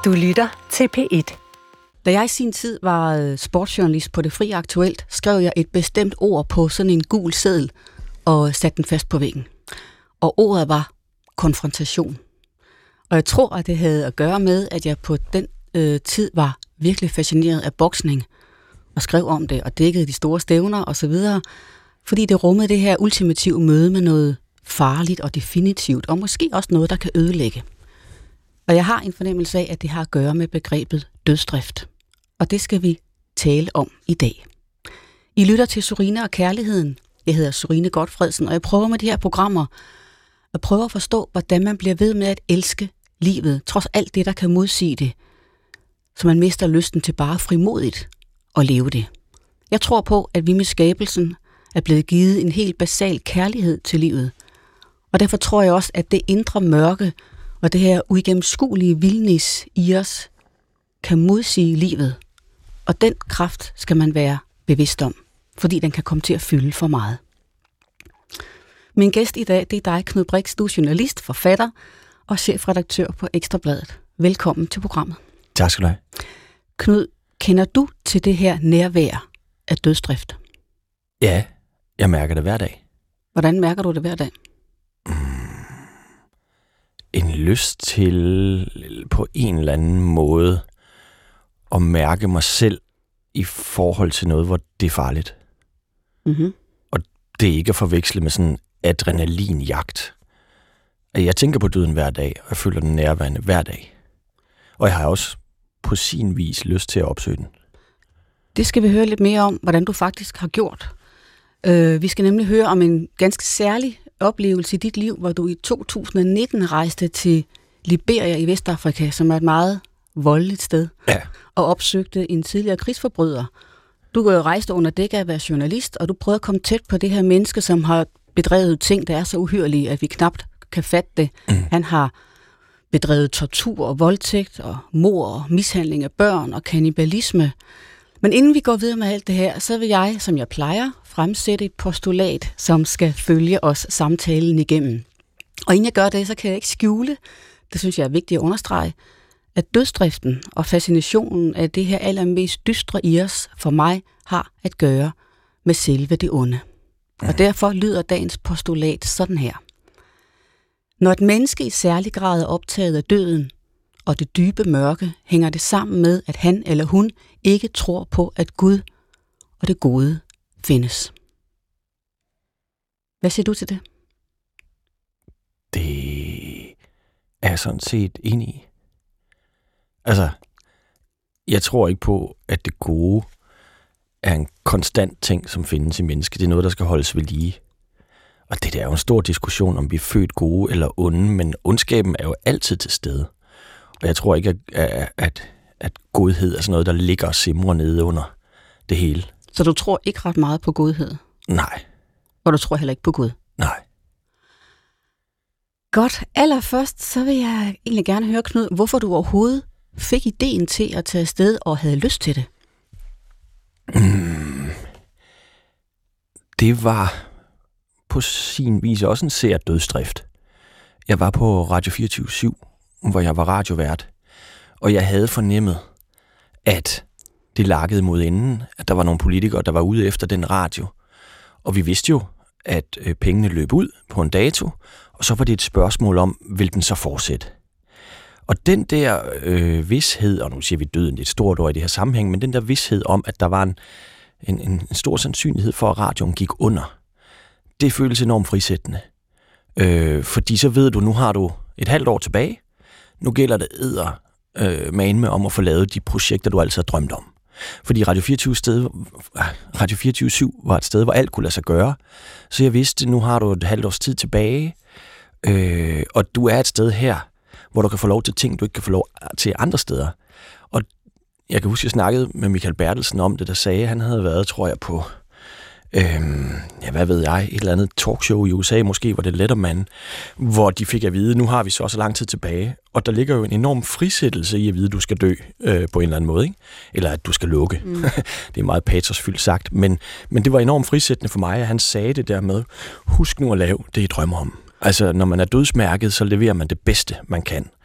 Du lytter til P1. Da jeg i sin tid var sportsjournalist på Det Frie Aktuelt, skrev jeg et bestemt ord på sådan en gul seddel og satte den fast på væggen. Og ordet var konfrontation. Og jeg tror, at det havde at gøre med, at jeg på den tid var virkelig fascineret af boksning og skrev om det og dækkede de store stævner osv., fordi det rummede det her ultimative møde med noget farligt og definitivt, og måske også noget, der kan ødelægge. Og jeg har en fornemmelse af, at det har at gøre med begrebet dødsdrift. Og det skal vi tale om i dag. I lytter til Surine og Kærligheden. Jeg hedder Surine Gotfredsen, og jeg prøver med de her programmer at prøve at forstå, hvordan man bliver ved med at elske livet, trods alt det, der kan modsige det, så man mister lysten til bare frimodigt at leve det. Jeg tror på, at vi med skabelsen er blevet givet en helt basal kærlighed til livet. Og derfor tror jeg også, at det indre mørke og det her uigennemskuelige vildnis i os kan modsige livet. Og den kraft skal man være bevidst om, fordi den kan komme til at fylde for meget. Min gæst i dag, det er dig, Knud Brix. Du er journalist, forfatter og chefredaktør på Ekstra Bladet. Velkommen til programmet. Tak skal du have. Knud, kender du til det her nærvær af dødsdrift? Ja, jeg mærker det hver dag. Hvordan mærker du det hver dag? En lyst til på en eller anden måde at mærke mig selv i forhold til noget, hvor det er farligt. Mm-hmm. Og det er ikke at forveksle med sådan en adrenalinjagt. Jeg tænker på døden hver dag, og jeg føler den nærværende hver dag. Og jeg har også på sin vis lyst til at opsøge den. Det skal vi høre lidt mere om, hvordan du faktisk har gjort. Vi skal nemlig høre om en ganske særlig oplevelse i dit liv, hvor du i 2019 rejste til Liberia i Vestafrika, som er et meget voldeligt sted, ja, og opsøgte en tidligere krigsforbryder. Du rejste under dække af at være journalist, og du prøvede at komme tæt på det her menneske, som har bedrevet ting, der er så uhyrlige, at vi knapt kan fatte det. Han har bedrevet tortur og voldtægt og mord og mishandling af børn og kannibalisme. Men inden vi går videre med alt det her, så vil jeg, som jeg plejer, fremsætte et postulat, som skal følge os samtalen igennem. Og inden jeg gør det, så kan jeg ikke skjule, det synes jeg er vigtigt at understrege, at dødsdriften og fascinationen af det her allermest dystre i os, for mig, har at gøre med selve det onde. Og derfor lyder dagens postulat sådan her. Når et menneske i særlig grad er optaget af døden og det dybe mørke, hænger det sammen med, at han eller hun ikke tror på, at Gud og det gode findes. Hvad siger du til det? Det er jeg sådan set enig i. Altså, jeg tror ikke på, at det gode er en konstant ting, som findes i mennesket. Det er noget, der skal holdes ved lige. Og det der er jo en stor diskussion, om vi er født gode eller onde, men ondskaben er jo altid til stede. Og jeg tror ikke, at godhed er sådan noget, der ligger og simrer nede under det hele. Så du tror ikke ret meget på godhed? Nej. Og du tror heller ikke på Gud? Nej. Godt. Allerførst, så vil jeg egentlig gerne høre, Knud, hvorfor du overhovedet fik ideen til at tage afsted og havde lyst til det? Det var på sin vis også en sær dødsdrift. Jeg var på Radio 24/7, hvor jeg var radiovært, og jeg havde fornemmet, at det lakkede mod enden, at der var nogle politikere, der var ude efter den radio. Og vi vidste jo, at pengene løb ud på en dato, og så var det et spørgsmål om, vil den så fortsætte? Og den der vished, og nu siger vi døden, det er et stort ord i det her sammenhæng, men den der vished om, at der var en stor sandsynlighed for, at radioen gik under, det føles enormt frisættende. Fordi så ved du, nu har du et halvt år tilbage, nu gælder det man med om at få lavet de projekter, du altid har drømt om. Fordi Radio 24/7 var et sted, hvor alt kunne lade sig gøre. Så jeg vidste, nu har du et halvt års tid tilbage, og du er et sted her, hvor du kan få lov til ting, du ikke kan få lov til andre steder. Og jeg kan huske, at jeg snakkede med Michael Bertelsen om det, der sagde, at han havde været, tror jeg, på hvad ved jeg, et eller andet talkshow i USA, måske var det Letterman, hvor de fik at vide, nu har vi så lang tid tilbage, og der ligger jo en enorm frisættelse i at vide, at du skal dø på en eller anden måde, ikke? Eller at du skal lukke. Det er meget patosfyldt sagt, men det var enormt frisættende for mig, at han sagde det der med, husk nu at lave det, I drømmer om. Altså, når man er dødsmærket, så leverer man det bedste, man kan.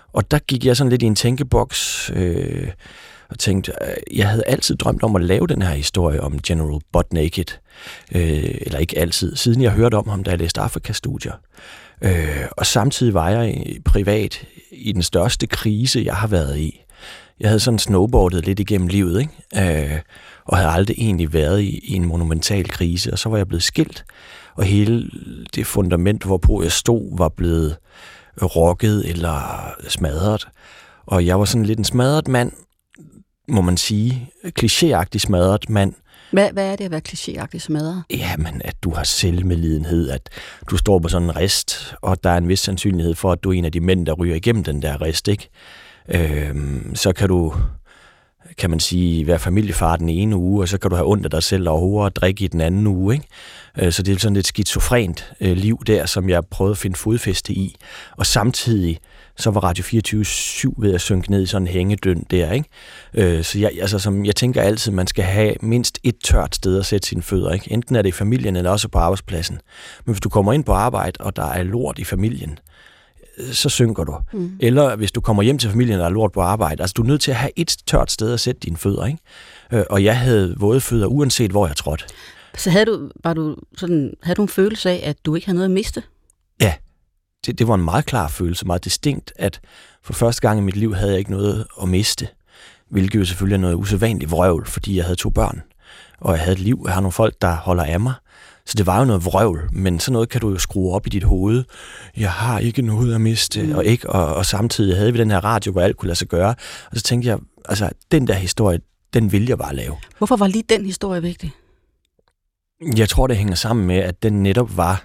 Og der gik jeg sådan lidt i en tænkeboks og tænkte, jeg havde altid drømt om at lave den her historie om General Butt Naked. Eller ikke altid, siden jeg hørte om ham, da jeg læste Afrika-studier. Og samtidig var jeg privat i den største krise, jeg har været i. Jeg havde sådan snowboardet lidt igennem livet, ikke? Og havde aldrig egentlig været i en monumental krise. Og så var jeg blevet skilt, og hele det fundament, hvorpå jeg stod, var blevet rokket eller smadret. Og jeg var sådan lidt en smadret mand, må man sige. Klichéagtig smadret mand. Hvad er det at være klichéagtig smadret? Jamen, at du har selvmedlidenhed, at du står på sådan en rist, og der er en vis sandsynlighed for, at du er en af de mænd, der ryger igennem den der rist, ikke? Så kan man sige, være familiefar den ene uge, og så kan du have ondt af dig selv overhovedet og drikke i den anden uge, ikke? Så det er sådan et skizofrent liv der, som jeg prøvede at finde fodfæste i. Og samtidig så var Radio 24/7 ved at synke ned i sådan en hængedøn der, ikke? Så jeg tænker altid, man skal have mindst et tørt sted at sætte sine fødder, ikke? Enten er det i familien eller også på arbejdspladsen. Men hvis du kommer ind på arbejde, og der er lort i familien, så synker du. Eller hvis du kommer hjem til familien, og der er lort på arbejde, altså du er nødt til at have et tørt sted at sætte dine fødder, ikke? Og jeg havde våde fødder, uanset hvor jeg trådte. Så havde du en følelse af, at du ikke havde noget at miste? Ja, det var en meget klar følelse, meget distinkt, at for første gang i mit liv havde jeg ikke noget at miste, hvilket jo selvfølgelig er noget usædvanligt vrøvl, fordi jeg havde 2 børn, og jeg havde et liv, jeg har nogle folk, der holder af mig. Så det var jo noget vrøvl, men sådan noget kan du jo skrue op i dit hoved. Jeg har ikke noget at miste, og samtidig havde vi den her radio, hvor alt kunne lade sig gøre. Og så tænkte jeg, altså den der historie, den vil jeg bare lave. Hvorfor var lige den historie vigtig? Jeg tror, det hænger sammen med, at den netop var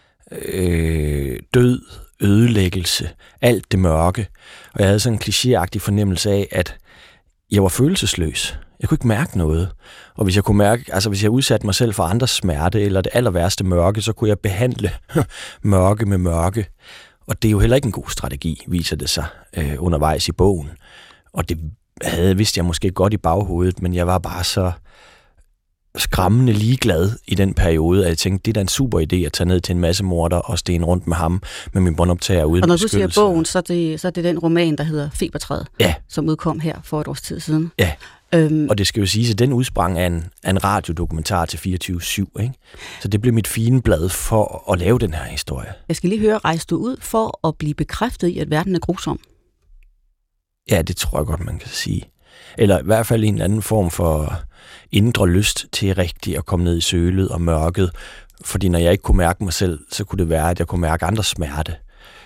død, ødelæggelse, alt det mørke. Og jeg havde sådan en klichéagtig fornemmelse af, at jeg var følelsesløs. Jeg kunne ikke mærke noget. Og hvis jeg kunne mærke, altså hvis jeg udsatte mig selv for andres smerte, eller det aller værste mørke, så kunne jeg behandle mørke med mørke. Og det er jo heller ikke en god strategi, viser det sig undervejs i bogen. Og det vidste jeg måske godt i baghovedet, men jeg var bare så skræmmende ligeglad i den periode, at jeg tænkte, det er da en super idé at tage ned til en masse morder og stene rundt med ham, med min båndoptager uden beskyttelse. Og når du siger bogen, så er det den roman, der hedder Febertræet, som udkom her for et års tid siden. Ja, og det skal jo siges, at den udsprang af en radiodokumentar til 24/7, ikke? Så det blev mit fine blad for at lave den her historie. Jeg skal lige høre, rejste du ud for at blive bekræftet i, at verden er grusom? Ja, det tror jeg godt, man kan sige. Eller i hvert fald en anden form for indre lyst til rigtigt at komme ned i sølet og mørket. Fordi når jeg ikke kunne mærke mig selv, så kunne det være, at jeg kunne mærke andres smerte.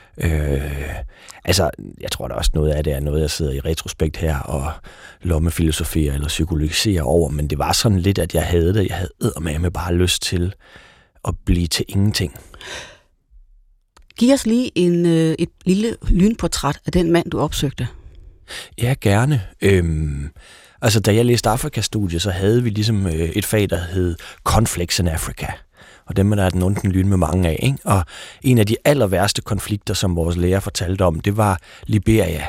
Jeg tror da også noget af det er noget, jeg sidder i retrospekt her og lommefilosoferer eller psykologiserer over, men det var sådan lidt, at jeg havde det. Jeg havde eddermame bare lyst til at blive til ingenting. Giv os lige et lille lynportræt af den mand, du opsøgte. Ja, gerne. Da jeg læste Afrika-studier, så havde vi ligesom et fag, der hed Conflicts in Africa. Og dem er der den onde lyn med mange af, ikke? Og en af de aller værste konflikter, som vores lærer fortalte om, det var Liberia,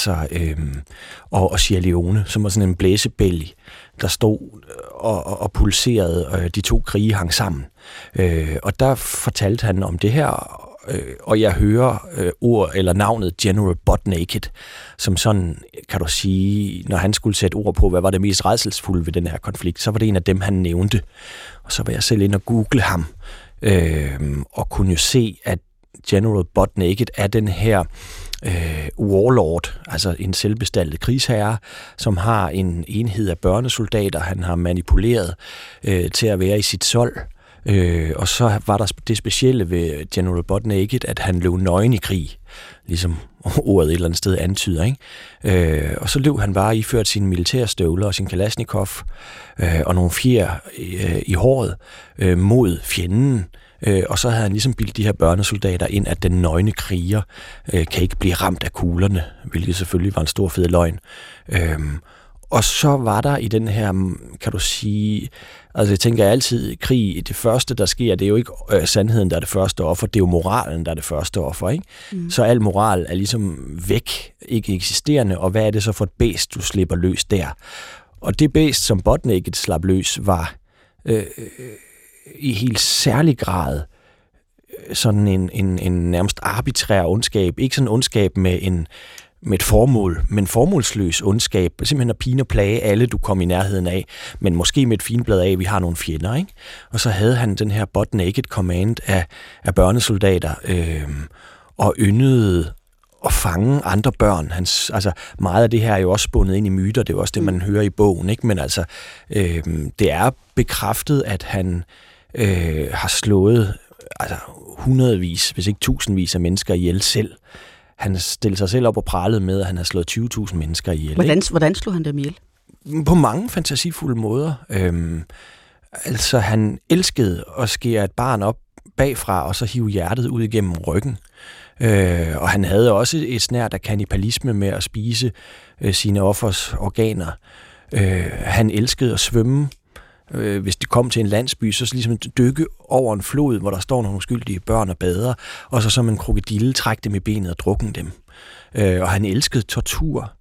og Sierra Leone, som var sådan en blæsebælge, der stod og pulserede, de 2 krige hang sammen. Og der fortalte han om det her, og jeg hører ord eller navnet General Butt Naked, som sådan, kan du sige, når han skulle sætte ord på, hvad var det mest rædselsfulde ved den her konflikt, så var det en af dem, han nævnte. Og så var jeg selv inde og google ham, og kunne jo se, at General Butt Naked er den her warlord, altså en selvbestaltet krigsherre, som har en enhed af børnesoldater, han har manipuleret til at være i sit sold. Og så var der det specielle ved General Butt Naked, at han løb nøgen i krig, ligesom ordet et eller andet sted antyder, ikke? Og så løb han bare iført sine militærstøvler og sin Kalashnikov og nogle fjer i håret mod fjenden. Og så havde han ligesom bildt de her børnesoldater ind, at den nøgne kriger kan ikke blive ramt af kuglerne, hvilket selvfølgelig var en stor fed løgn. Og så var der i den her, kan du sige, altså jeg tænker altid, krig, det første, der sker, det er jo ikke sandheden, der er det første offer, det er jo moralen, der er det første offer, ikke? Så al moral er ligesom væk, ikke eksisterende, og hvad er det så for et bæst, du slipper løs der? Og det bæst, som Butt Naked slap løs, var i helt særlig grad sådan en nærmest arbitrær ondskab, ikke sådan en ondskab med med et formål, men formålsløs ondskab, simpelthen at pine og plage alle, du kom i nærheden af, men måske med et finblad af, vi har nogle fjender, ikke? Og så havde han den her butt naked command af børnesoldater, og yndede at fange andre børn. Altså meget af det her er jo også spundet ind i myter, det er jo også det, man hører i bogen, ikke? Men altså, det er bekræftet, at han har slået hundredvis, hvis ikke tusindvis af mennesker ihjel selv. Han stillede sig selv op og pralede med, at han har slået 20.000 mennesker ihjel. Hvordan slog han dem ihjel? På mange fantasifulde måder. Han elskede at skære et barn op bagfra, og så hive hjertet ud igennem ryggen. Og han havde også et snært af kannibalisme med at spise sine offers organer. Han elskede at svømme. Hvis de kom til en landsby, så ligesom dykke over en flod, hvor der står nogle uskyldige børn og bader, og så som en krokodille trække dem i benet og drukne dem. Og han elskede tortur.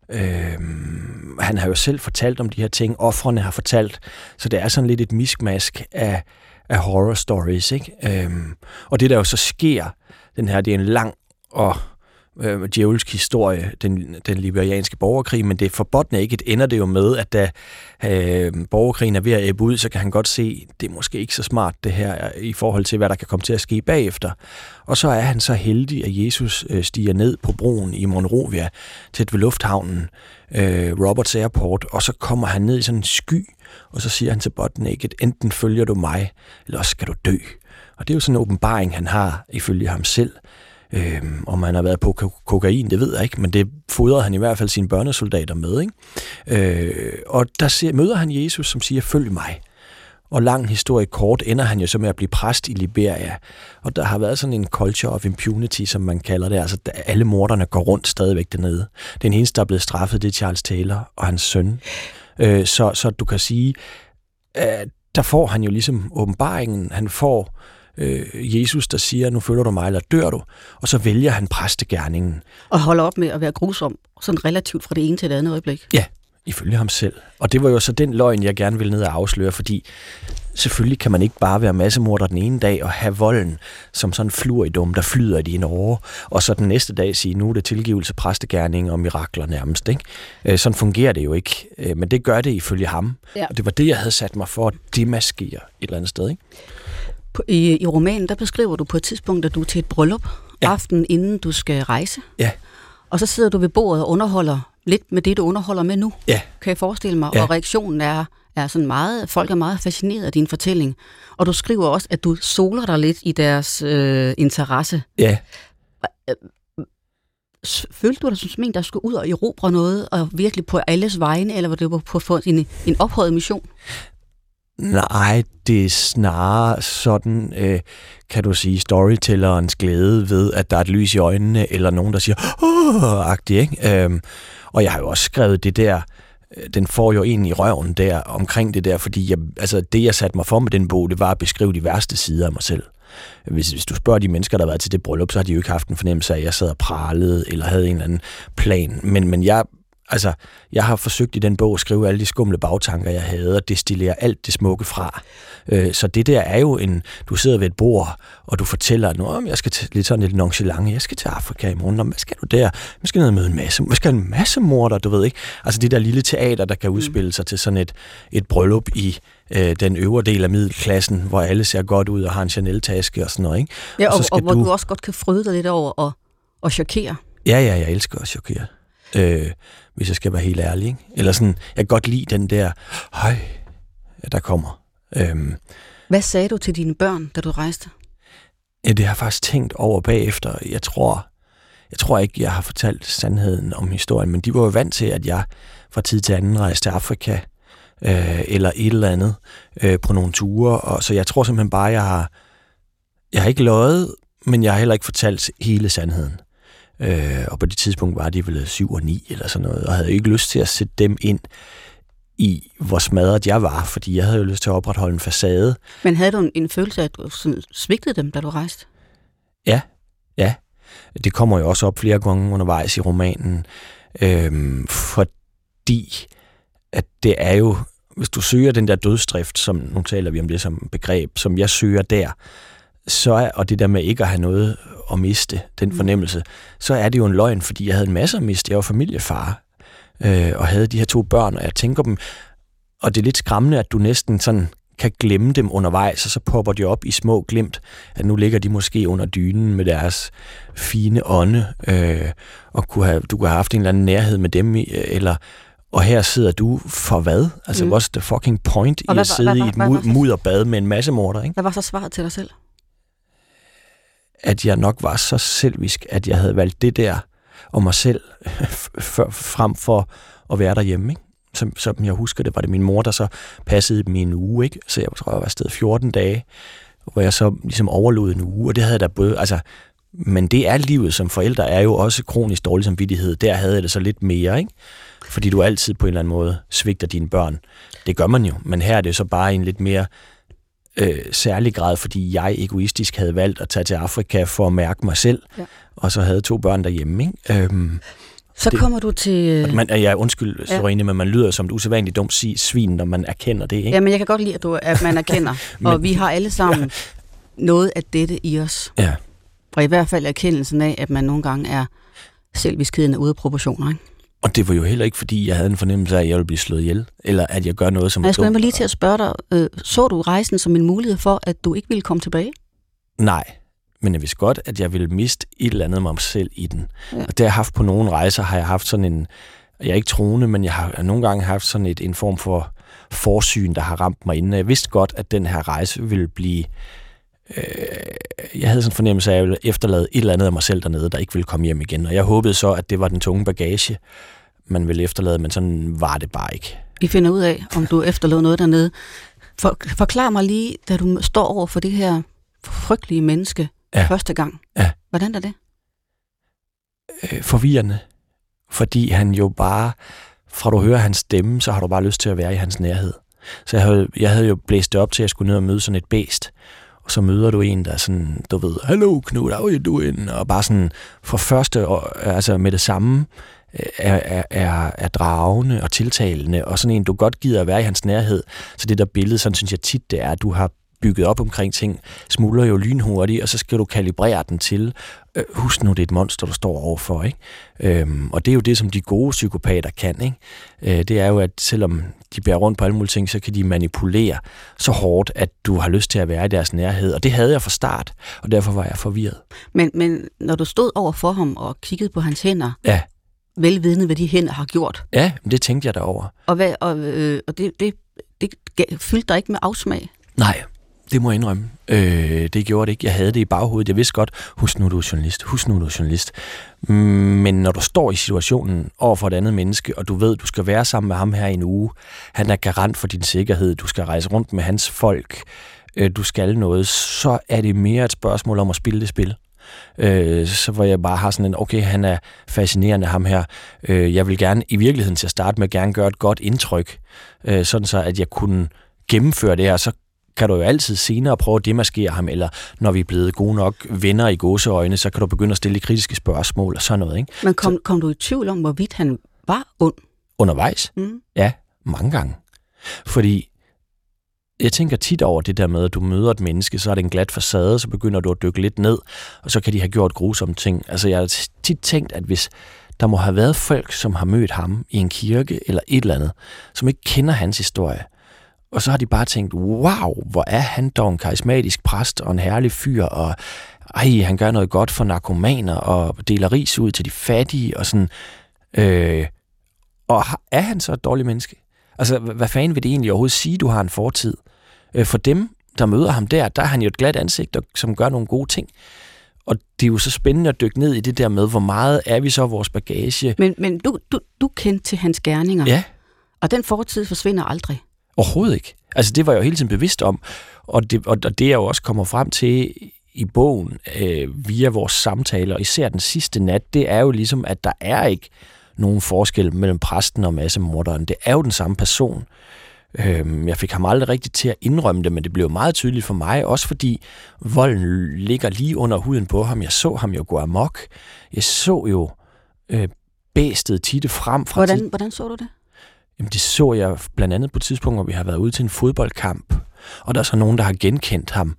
Han har jo selv fortalt om de her ting, ofrene har fortalt, så det er sådan lidt et miskmask af horror stories, ikke? Og det der jo så sker, det er en lang og djævelsk historie, den liberianske borgerkrig, men det for butt naked ender det jo med, at da borgerkrigen er ved at ebbe ud, så kan han godt se, det er måske ikke så smart det her, i forhold til, hvad der kan komme til at ske bagefter. Og så er han så heldig, at Jesus stiger ned på broen i Monrovia, tæt ved lufthavnen, Roberts Airport, og så kommer han ned i sådan en sky, og så siger han til butt naked, enten følger du mig, eller også skal du dø. Og det er jo sådan en åbenbaring, han har ifølge ham selv. Om han har været på kokain, det ved jeg ikke, men det fodrede han i hvert fald sine børnesoldater med, ikke? Og der møder han Jesus, som siger, følg mig. Og lang historie kort ender han jo så med at blive præst i Liberia. Og der har været sådan en culture of impunity, som man kalder det. Altså, alle morderne går rundt stadigvæk dernede. Den eneste, der er blevet straffet, det er Charles Taylor og hans søn. Så du kan sige, der får han jo ligesom åbenbaringen. Han får Jesus, der siger, nu følger du mig, eller dør du? Og så vælger han præstegerningen. Og holder op med at være grusom, sådan relativt fra det ene til det andet øjeblik. Ja, ifølge ham selv. Og det var jo så den løgn, jeg gerne ville ned og afsløre, fordi selvfølgelig kan man ikke bare være massemorder den ene dag og have volden som sådan en fluoridum, der flyder i dine årer, og så den næste dag sige, nu er det tilgivelse, præstegerning og mirakler nærmest, ikke? Sådan fungerer det jo ikke, men det gør det ifølge ham. Ja. Og det var det, jeg havde sat mig for at demaskere et eller andet sted, ikke? I romanen, der beskriver du på et tidspunkt, at du er til et bryllup, aftenen inden du skal rejse. Ja. Og så sidder du ved bordet og underholder lidt med det, du underholder med nu. Ja. Kan jeg forestille mig. Ja. Og reaktionen er sådan meget, folk er meget fascineret af din fortælling. Og du skriver også, at du soler dig lidt i deres interesse. Ja. Følte du dig som en, der skulle ud og erobre noget, og virkelig på alles vegne, eller var det på en ophøjet mission? Nej, det er snarere sådan, kan du sige, storytellerens glæde ved, at der er et lys i øjnene, eller nogen, der siger, agtigt, ikke? Og jeg har jo også skrevet det der, den får jo en i røven der, omkring det der, fordi det, jeg satte mig for med den bog, det var at beskrive de værste sider af mig selv. Hvis du spørger de mennesker, der har været til det bryllup, så har de jo ikke haft en fornemmelse af, at jeg sad og pralede, eller havde en eller anden plan. Men jeg har forsøgt i den bog at skrive alle de skumle bagtanker, jeg havde, og destillere alt det smukke fra. Så det der er jo du sidder ved et bord, og du fortæller, at jeg skal til lidt nonchalant, jeg skal til Afrika i morgen, hvad skal du der? Jeg skal ned og møde en masse morder, du ved ikke? Altså det der lille teater, der kan udspille sig til sådan et bryllup i den øvre del af middelklassen, hvor alle ser godt ud og har en Chanel-taske og sådan noget, ikke? Ja, og hvor du også godt kan fryde dig lidt over og chokere. Ja, jeg elsker at chokere. Hvis jeg skal være helt ærlig, ikke? Eller sådan, jeg kan godt lide den der, der kommer. Hvad sagde du til dine børn, da du rejste? Ja, det har jeg faktisk tænkt over bagefter. Jeg tror ikke, jeg har fortalt sandheden om historien, men de var jo vant til, at jeg fra tid til anden rejste til Afrika, eller et eller andet, på nogle ture, og så jeg tror simpelthen bare, jeg har ikke løjet, men jeg har heller ikke fortalt hele sandheden. Og på det tidspunkt var de vel 7 og 9 eller sådan noget, og havde ikke lyst til at sætte dem ind i, hvor smadret jeg var, fordi jeg havde jo lyst til at opretholde en facade. Men havde du en følelse af, at du svigtede dem, da du rejste? Ja. Det kommer jo også op flere gange undervejs i romanen, fordi at det er jo, hvis du søger den der dødsdrift, som nu taler vi om det som begreb, som jeg søger der, og det der med ikke at have noget at miste, den fornemmelse, så er det jo en løgn, fordi jeg havde en masse at miste. Jeg var familiefar, og havde de her 2 børn, og jeg tænker dem, og det er lidt skræmmende, at du næsten sådan kan glemme dem undervejs, og så popper de op i små glimt, at nu ligger de måske under dynen med deres fine ånde, og du kunne have haft en eller anden nærhed med dem, og her sidder du for hvad? Altså, what's the fucking point i at sidde i et mudderbad med en masse morder, ikke? Hvad var så svaret til dig selv? At jeg nok var så selvisk, at jeg havde valgt det der og mig selv frem for at være derhjemme, ikke? Som jeg husker det, var det min mor, der så passede dem i en uge, ikke? Så jeg tror, jeg var afsted 14 dage, hvor jeg så ligesom overlod en uge, og det havde der både, altså, men det er livet som forældre, er jo også kronisk dårlig samvittighed. Der havde jeg det så lidt mere, ikke? Fordi du altid på en eller anden måde svigter dine børn. Det gør man jo, men her er det så bare en lidt mere særlig grad, fordi jeg egoistisk havde valgt at tage til Afrika for at mærke mig selv, og så havde 2 børn derhjemme, ikke? Kommer du til... Undskyld, Sorine, men man lyder som et usædvanligt dumt svin, når man erkender det, ikke? Ja, men jeg kan godt lide, at man erkender, og vi har alle sammen noget af dette i os. Ja. Og i hvert fald erkendelsen af, at man nogle gange er selviskheden ude af proportioner, ikke? Og det var jo heller ikke, fordi jeg havde en fornemmelse af, at jeg ville blive slået ihjel, eller at jeg gør noget, som... Jeg skulle lige til at spørge dig, så du rejsen som en mulighed for, at du ikke ville komme tilbage? Nej, men jeg vidste godt, at jeg ville miste et eller andet mig selv i den. Ja. Og det har jeg haft på nogle rejser, har jeg haft sådan en... Jeg er ikke troende, men jeg har nogle gange haft sådan en form for forsyn, der har ramt mig inden. Jeg vidste godt, at den her rejse ville blive... Jeg havde sådan en fornemmelse af, at jeg ville efterlade et eller andet af mig selv dernede, der ikke ville komme hjem igen. Og jeg håbede så, at det var den tunge bagage, man ville efterlade, men sådan var det bare ikke. Vi finder ud af, om du efterlod noget dernede. Forklar mig lige, da du står over for det her frygtelige menneske første gang. Ja. Hvordan er det? Forvirrende. Fordi han jo bare, fra du hører hans stemme, så har du bare lyst til at være i hans nærhed. Så jeg havde jo blæst det op til, at jeg skulle ned og møde sådan et bæst. Og så møder du en, der sådan, du ved, hallo Knud, how you doing? Og bare sådan for første, altså med det samme, er dragende og tiltalende, og sådan en, du godt gider at være i hans nærhed. Så det der billede, sådan synes jeg tit, det er, at du har bygget op omkring ting, smuldrer jo lynhurtigt, og så skal du kalibrere den til. Husk nu, det er et monster, du står overfor, ikke? Og det er jo det, som de gode psykopater kan, ikke? Det er jo, at selvom de bærer rundt på alle mulige ting, så kan de manipulere så hårdt, at du har lyst til at være i deres nærhed. Og det havde jeg fra start, og derfor var jeg forvirret. Men når du stod over for ham og kiggede på hans hænder, ja, velvidende, hvad de hænder har gjort. Ja, det tænkte jeg derover. Og det fyldte dig ikke med afsmag? Nej, det må jeg indrømme. Det gjorde det ikke. Jeg havde det i baghovedet. Jeg vidste godt, husk nu, du er journalist. Men når du står i situationen over for et andet menneske, og du ved, du skal være sammen med ham her i en uge, han er garant for din sikkerhed, du skal rejse rundt med hans folk, du skal noget, så er det mere et spørgsmål om at spille det spil. Så hvor jeg bare har sådan en, okay, han er fascinerende, ham her. Jeg vil gerne, i virkeligheden til at starte med, gerne gøre et godt indtryk, sådan så, at jeg kunne gennemføre det her, så kan du jo altid senere prøve at demaskere ham, eller når vi er blevet gode nok venner i gåseøjne, så kan du begynde at stille kritiske spørgsmål og sådan noget, ikke? Men kom du i tvivl om, hvorvidt han var ond? Undervejs? Ja, mange gange. Fordi jeg tænker tit over det der med, at du møder et menneske, så er det en glat facade, så begynder du at dykke lidt ned, og så kan de have gjort grusomme ting. Altså jeg har tit tænkt, at hvis der må have været folk, som har mødt ham i en kirke eller et eller andet, som ikke kender hans historie, og så har de bare tænkt, wow, hvor er han dog en karismatisk præst og en herlig fyr, og han gør noget godt for narkomaner og deler ris ud til de fattige, og sådan. Og er han så et dårligt menneske? Altså, hvad fanden vil det egentlig overhovedet sige, du har en fortid? For dem, der møder ham der er han jo et glat ansigt, som gør nogle gode ting. Og det er jo så spændende at dykke ned i det der med, hvor meget er vi så vores bagage. Men du kendte til hans gerninger. Ja. Og den fortid forsvinder aldrig. Overhovedet ikke. Altså, det var jeg jo hele tiden bevidst om. Og det jeg jo også kommer frem til i bogen, via vores samtaler, og især den sidste nat, det er jo ligesom, at der er ikke nogen forskel mellem præsten og massemorderen. Det er jo den samme person. Jeg fik ham aldrig rigtigt til at indrømme det, men det blev meget tydeligt for mig, også fordi volden ligger lige under huden på ham. Jeg så ham jo gå amok. Jeg så jo bæstet titte frem fra... Hvordan så du det? Jamen, det så jeg blandt andet på et tidspunkt, hvor vi har været ude til en fodboldkamp, og der er så nogen, der har genkendt ham,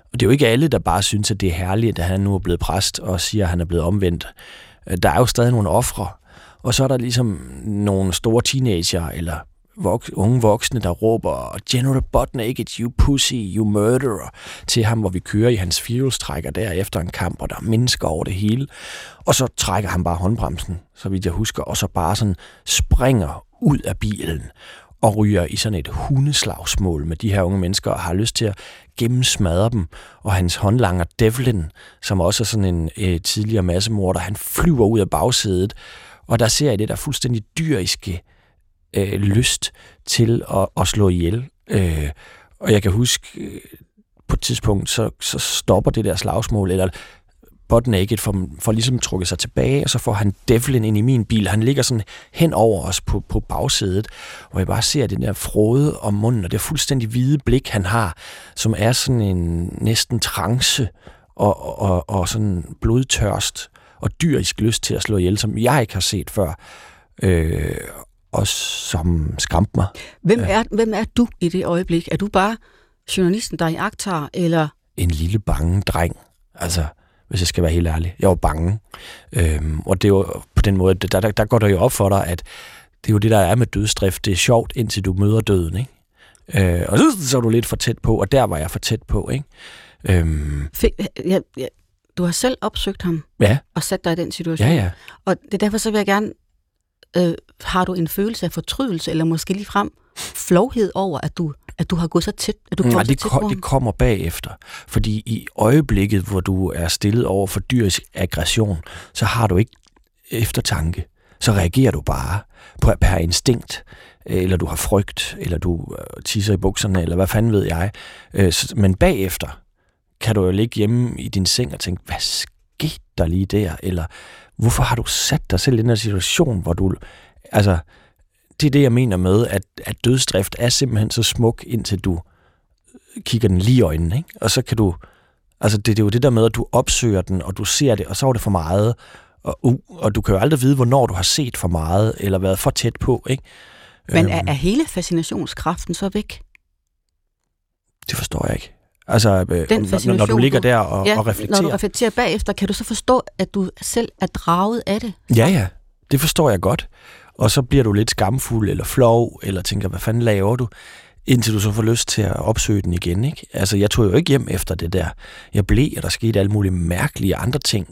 Og det er jo ikke alle, der bare synes, at det er herligt, at han nu er blevet præst og siger, at han er blevet omvendt. Der er jo stadig nogle ofre, og så er der ligesom nogle store teenager eller unge voksne, der råber General Butt-Naked, you pussy, you murderer, til ham, hvor vi kører i hans firehjulstrækker der efter en kamp, og der er mennesker over det hele. Og så trækker han bare håndbremsen, så vidt jeg husker, og så bare sådan springer ud af bilen og ryger i sådan et hundeslagsmål med de her unge mennesker, og har lyst til at gennemsmadre dem. Og hans håndlanger Devlin, som også er sådan en tidligere massemorder, han flyver ud af bagsædet, og der ser jeg det der fuldstændig dyriske lyst til at slå ihjel. Og jeg kan huske, på et tidspunkt, så stopper det der slagsmål, eller Butt-Naked får ligesom trukket sig tilbage, og så får han Devlin ind i min bil. Han ligger sådan hen over os på bagsædet, hvor jeg bare ser den der frode om munden, og det fuldstændig hvide blik, han har, som er sådan en næsten trance, og sådan blodtørst, og dyrisk lyst til at slå ihjel, som jeg ikke har set før. Og som skræmte mig. Hvem er du i det øjeblik? Er du bare journalisten, der iagttager, eller? En lille bange dreng. Altså, hvis jeg skal være helt ærlig. Jeg var bange. Og det er jo på den måde, der går der jo op for dig, at det er jo det, der er med dødsdrift. Det er sjovt, indtil du møder døden, ikke? Og så er du lidt for tæt på, og der var jeg for tæt på, ikke? Du har selv opsøgt ham, og sat dig i den situation. Ja. Og det er derfor, så vil jeg gerne... har du en følelse af fortrydelse, eller måske ligefrem flovhed over, at du har gået så tæt, at du får så tæt på ham? Det kommer bagefter. Fordi i øjeblikket, hvor du er stillet over for dyrisk aggression, så har du ikke eftertanke. Så reagerer du bare per instinkt, eller du har frygt, eller du tisser i bukserne, eller hvad fanden ved jeg. Men bagefter kan du jo ligge hjemme i din seng og tænke, hvad skete der lige der? Eller hvorfor har du sat dig selv i den her situation, hvor du... Altså, det er det, jeg mener med, at dødsdrift er simpelthen så smuk, indtil du kigger den lige i øjnene, ikke? Og så kan du... Altså, det er jo det der med, at du opsøger den, og du ser det, og så er det for meget. Og du kan jo aldrig vide, hvornår du har set for meget, eller været for tæt på, ikke? Men er hele fascinationskraften så væk? Det forstår jeg ikke. Altså, når du ligger der og reflekterer. Når du reflekterer bagefter, kan du så forstå, at du selv er draget af det? Ja, det forstår jeg godt. Og så bliver du lidt skamfuld eller flov, eller tænker, hvad fanden laver du? Indtil du så får lyst til at opsøge den igen, ikke? Altså, jeg tog jo ikke hjem efter det der. Jeg blev, og der skete alle mulige mærkelige andre ting.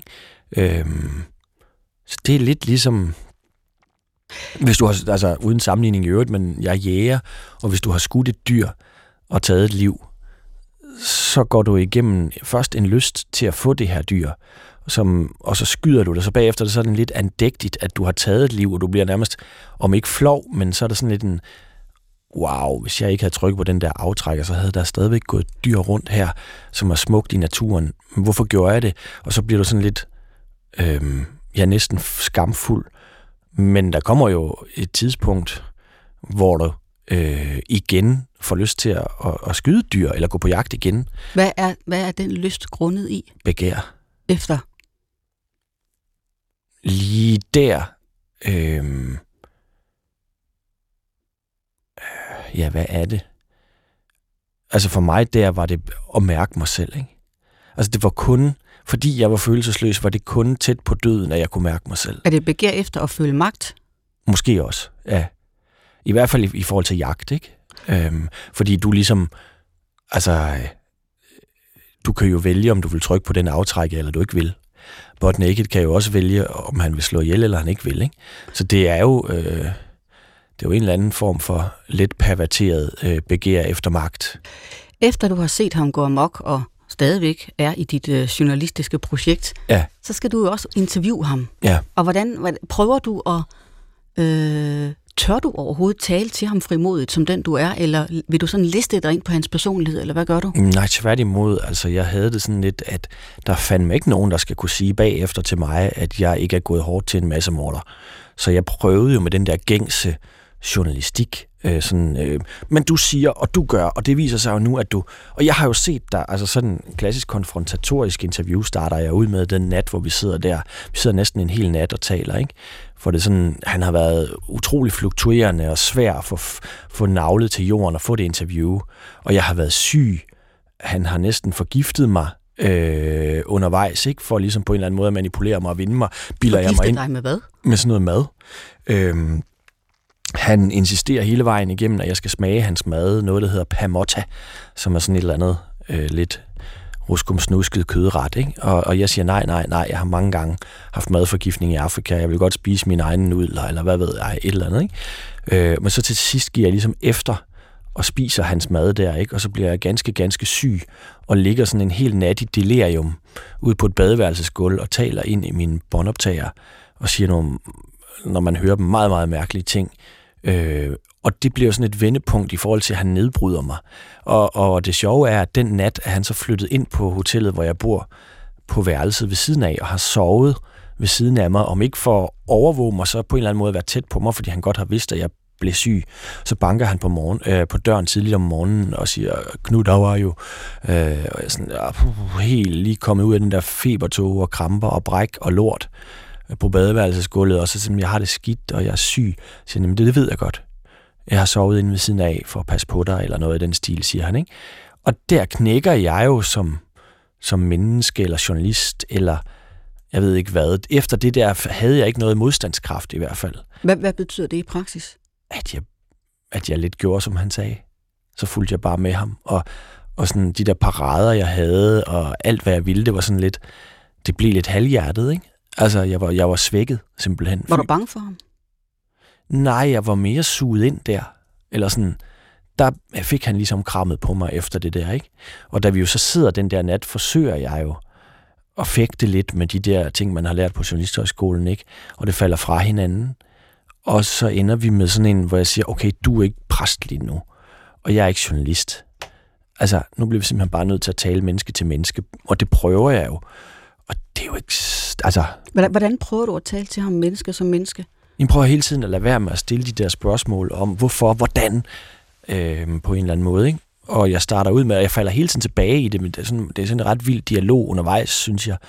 Så det er lidt ligesom... Hvis du har, altså uden sammenligning i øvrigt, men jeg er jæger, og hvis du har skudt et dyr og taget et liv, så går du igennem først en lyst til at få det her dyr, og så skyder du det, så bagefter er det sådan lidt andægtigt, at du har taget et liv, og du bliver nærmest, om ikke flov, men så er det sådan lidt en, wow, hvis jeg ikke havde trykket på den der aftrækker, så havde der stadigvæk gået et dyr rundt her, som er smukt i naturen. Men hvorfor gjorde jeg det? Og så bliver du sådan lidt, næsten skamfuld. Men der kommer jo et tidspunkt, hvor du igen får lyst til at skyde dyr, eller gå på jagt igen. Hvad er den lyst grundet i? Begær. Efter? Lige der. Hvad er det? Altså for mig der var det at mærke mig selv, ikke? Altså det var kun, fordi jeg var følelsesløs, var det kun tæt på døden, at jeg kunne mærke mig selv. Er det begær efter at føle magt? Måske også, ja. I hvert fald i forhold til jagt, ikke? Fordi du ligesom, altså, du kan jo vælge, om du vil trykke på den aftrækker, eller du ikke vil. Butt-Naked kan jo også vælge, om han vil slå ihjel, eller han ikke vil, ikke? Så det er jo en eller anden form for lidt perverteret begær efter magt. Efter du har set ham gå amok, og stadigvæk er i dit journalistiske projekt, så skal du jo også interviewe ham. Ja. Og hvordan prøver du at... tør du overhovedet tale til ham frimodigt, som den du er, eller vil du sådan liste dig ind på hans personlighed, eller hvad gør du? Nej, tværtimod. Altså, jeg havde det sådan lidt, at der fandme ikke nogen, der skal kunne sige bagefter til mig, at jeg ikke er gået hårdt til en masse morder. Så jeg prøvede jo med den der gængse journalistik, men du siger, og du gør, og det viser sig jo nu, at du... Og jeg har jo set dig, altså sådan en klassisk konfrontatorisk interview starter jeg ud med den nat, hvor vi sidder der. Vi sidder næsten en hel nat og taler, ikke? For det sådan, han har været utrolig fluktuerende og svær at få navlet til jorden og få det interview. Og jeg har været syg Han har næsten forgiftet mig undervejs, ikke? For ligesom på en eller anden måde at manipulere mig og vinde mig. Bilder jeg mig ind dig med hvad? med sådan noget mad. Han insisterer hele vejen igennem, at jeg skal smage hans mad, noget der hedder pamotta, som er sådan et eller andet lidt ruskumsnusket kødret, ikke? Og jeg siger nej, jeg har mange gange haft madforgiftning i Afrika, jeg vil godt spise mine egne nudler, eller hvad ved jeg, et eller andet, ikke? Men så til sidst giver jeg ligesom efter og spiser hans mad der, ikke? Og så bliver jeg ganske syg, og ligger sådan en hel nat i delirium ude på et badeværelsesgulv og taler ind i mine båndoptager og siger nogle, når man hører dem, meget, meget mærkelige ting. Og det bliver sådan et vendepunkt i forhold til, at han nedbryder mig. Og det sjove er, at den nat er han så flyttet ind på hotellet, hvor jeg bor, på værelset ved siden af, og har sovet ved siden af mig, om ikke for at overvåge mig, så på en eller anden måde at være tæt på mig, fordi han godt har vidst, at jeg blev syg. Så banker han på døren tidligt om morgenen og siger, Knud, der var jo og jeg er sådan, helt lige kommet ud af den der febertog og kramper og bræk og lort på badeværelsesgulvet, og så simpelthen, jeg har det skidt, og jeg er syg. Så siger han, men det ved jeg godt. Jeg har sovet inde ved siden af for at passe på dig, eller noget i den stil, siger han, ikke? Og der knækker jeg jo som menneske, eller journalist, eller jeg ved ikke hvad. Efter det der havde jeg ikke noget modstandskraft i hvert fald. Hvad betyder det i praksis? At jeg lidt gjorde, som han sagde. Så fulgte jeg bare med ham. Og sådan de der parader, jeg havde, og alt, hvad jeg ville, det var sådan lidt, det blev lidt halvhjertet, ikke? Altså, jeg var svækket, simpelthen. Var du bange for ham? Nej, jeg var mere suget ind der. Eller sådan, der fik han ligesom krammet på mig efter det der, ikke? Og da vi jo så sidder den der nat, forsøger jeg jo at fægte lidt med de der ting, man har lært på journalisthøjskolen, ikke? Og det falder fra hinanden. Og så ender vi med sådan en, hvor jeg siger, okay, du er ikke præst lige nu, og jeg er ikke journalist. Altså, nu bliver vi simpelthen bare nødt til at tale menneske til menneske, og det prøver jeg jo. Og det er jo ikke... Altså... Hvordan prøver du at tale til ham menneske som menneske? Jeg prøver hele tiden at lade være med at stille de der spørgsmål om, hvorfor, hvordan, på en eller anden måde, ikke? Og jeg starter ud med, at jeg falder hele tiden tilbage i det, men det er sådan en ret vild dialog undervejs, synes jeg,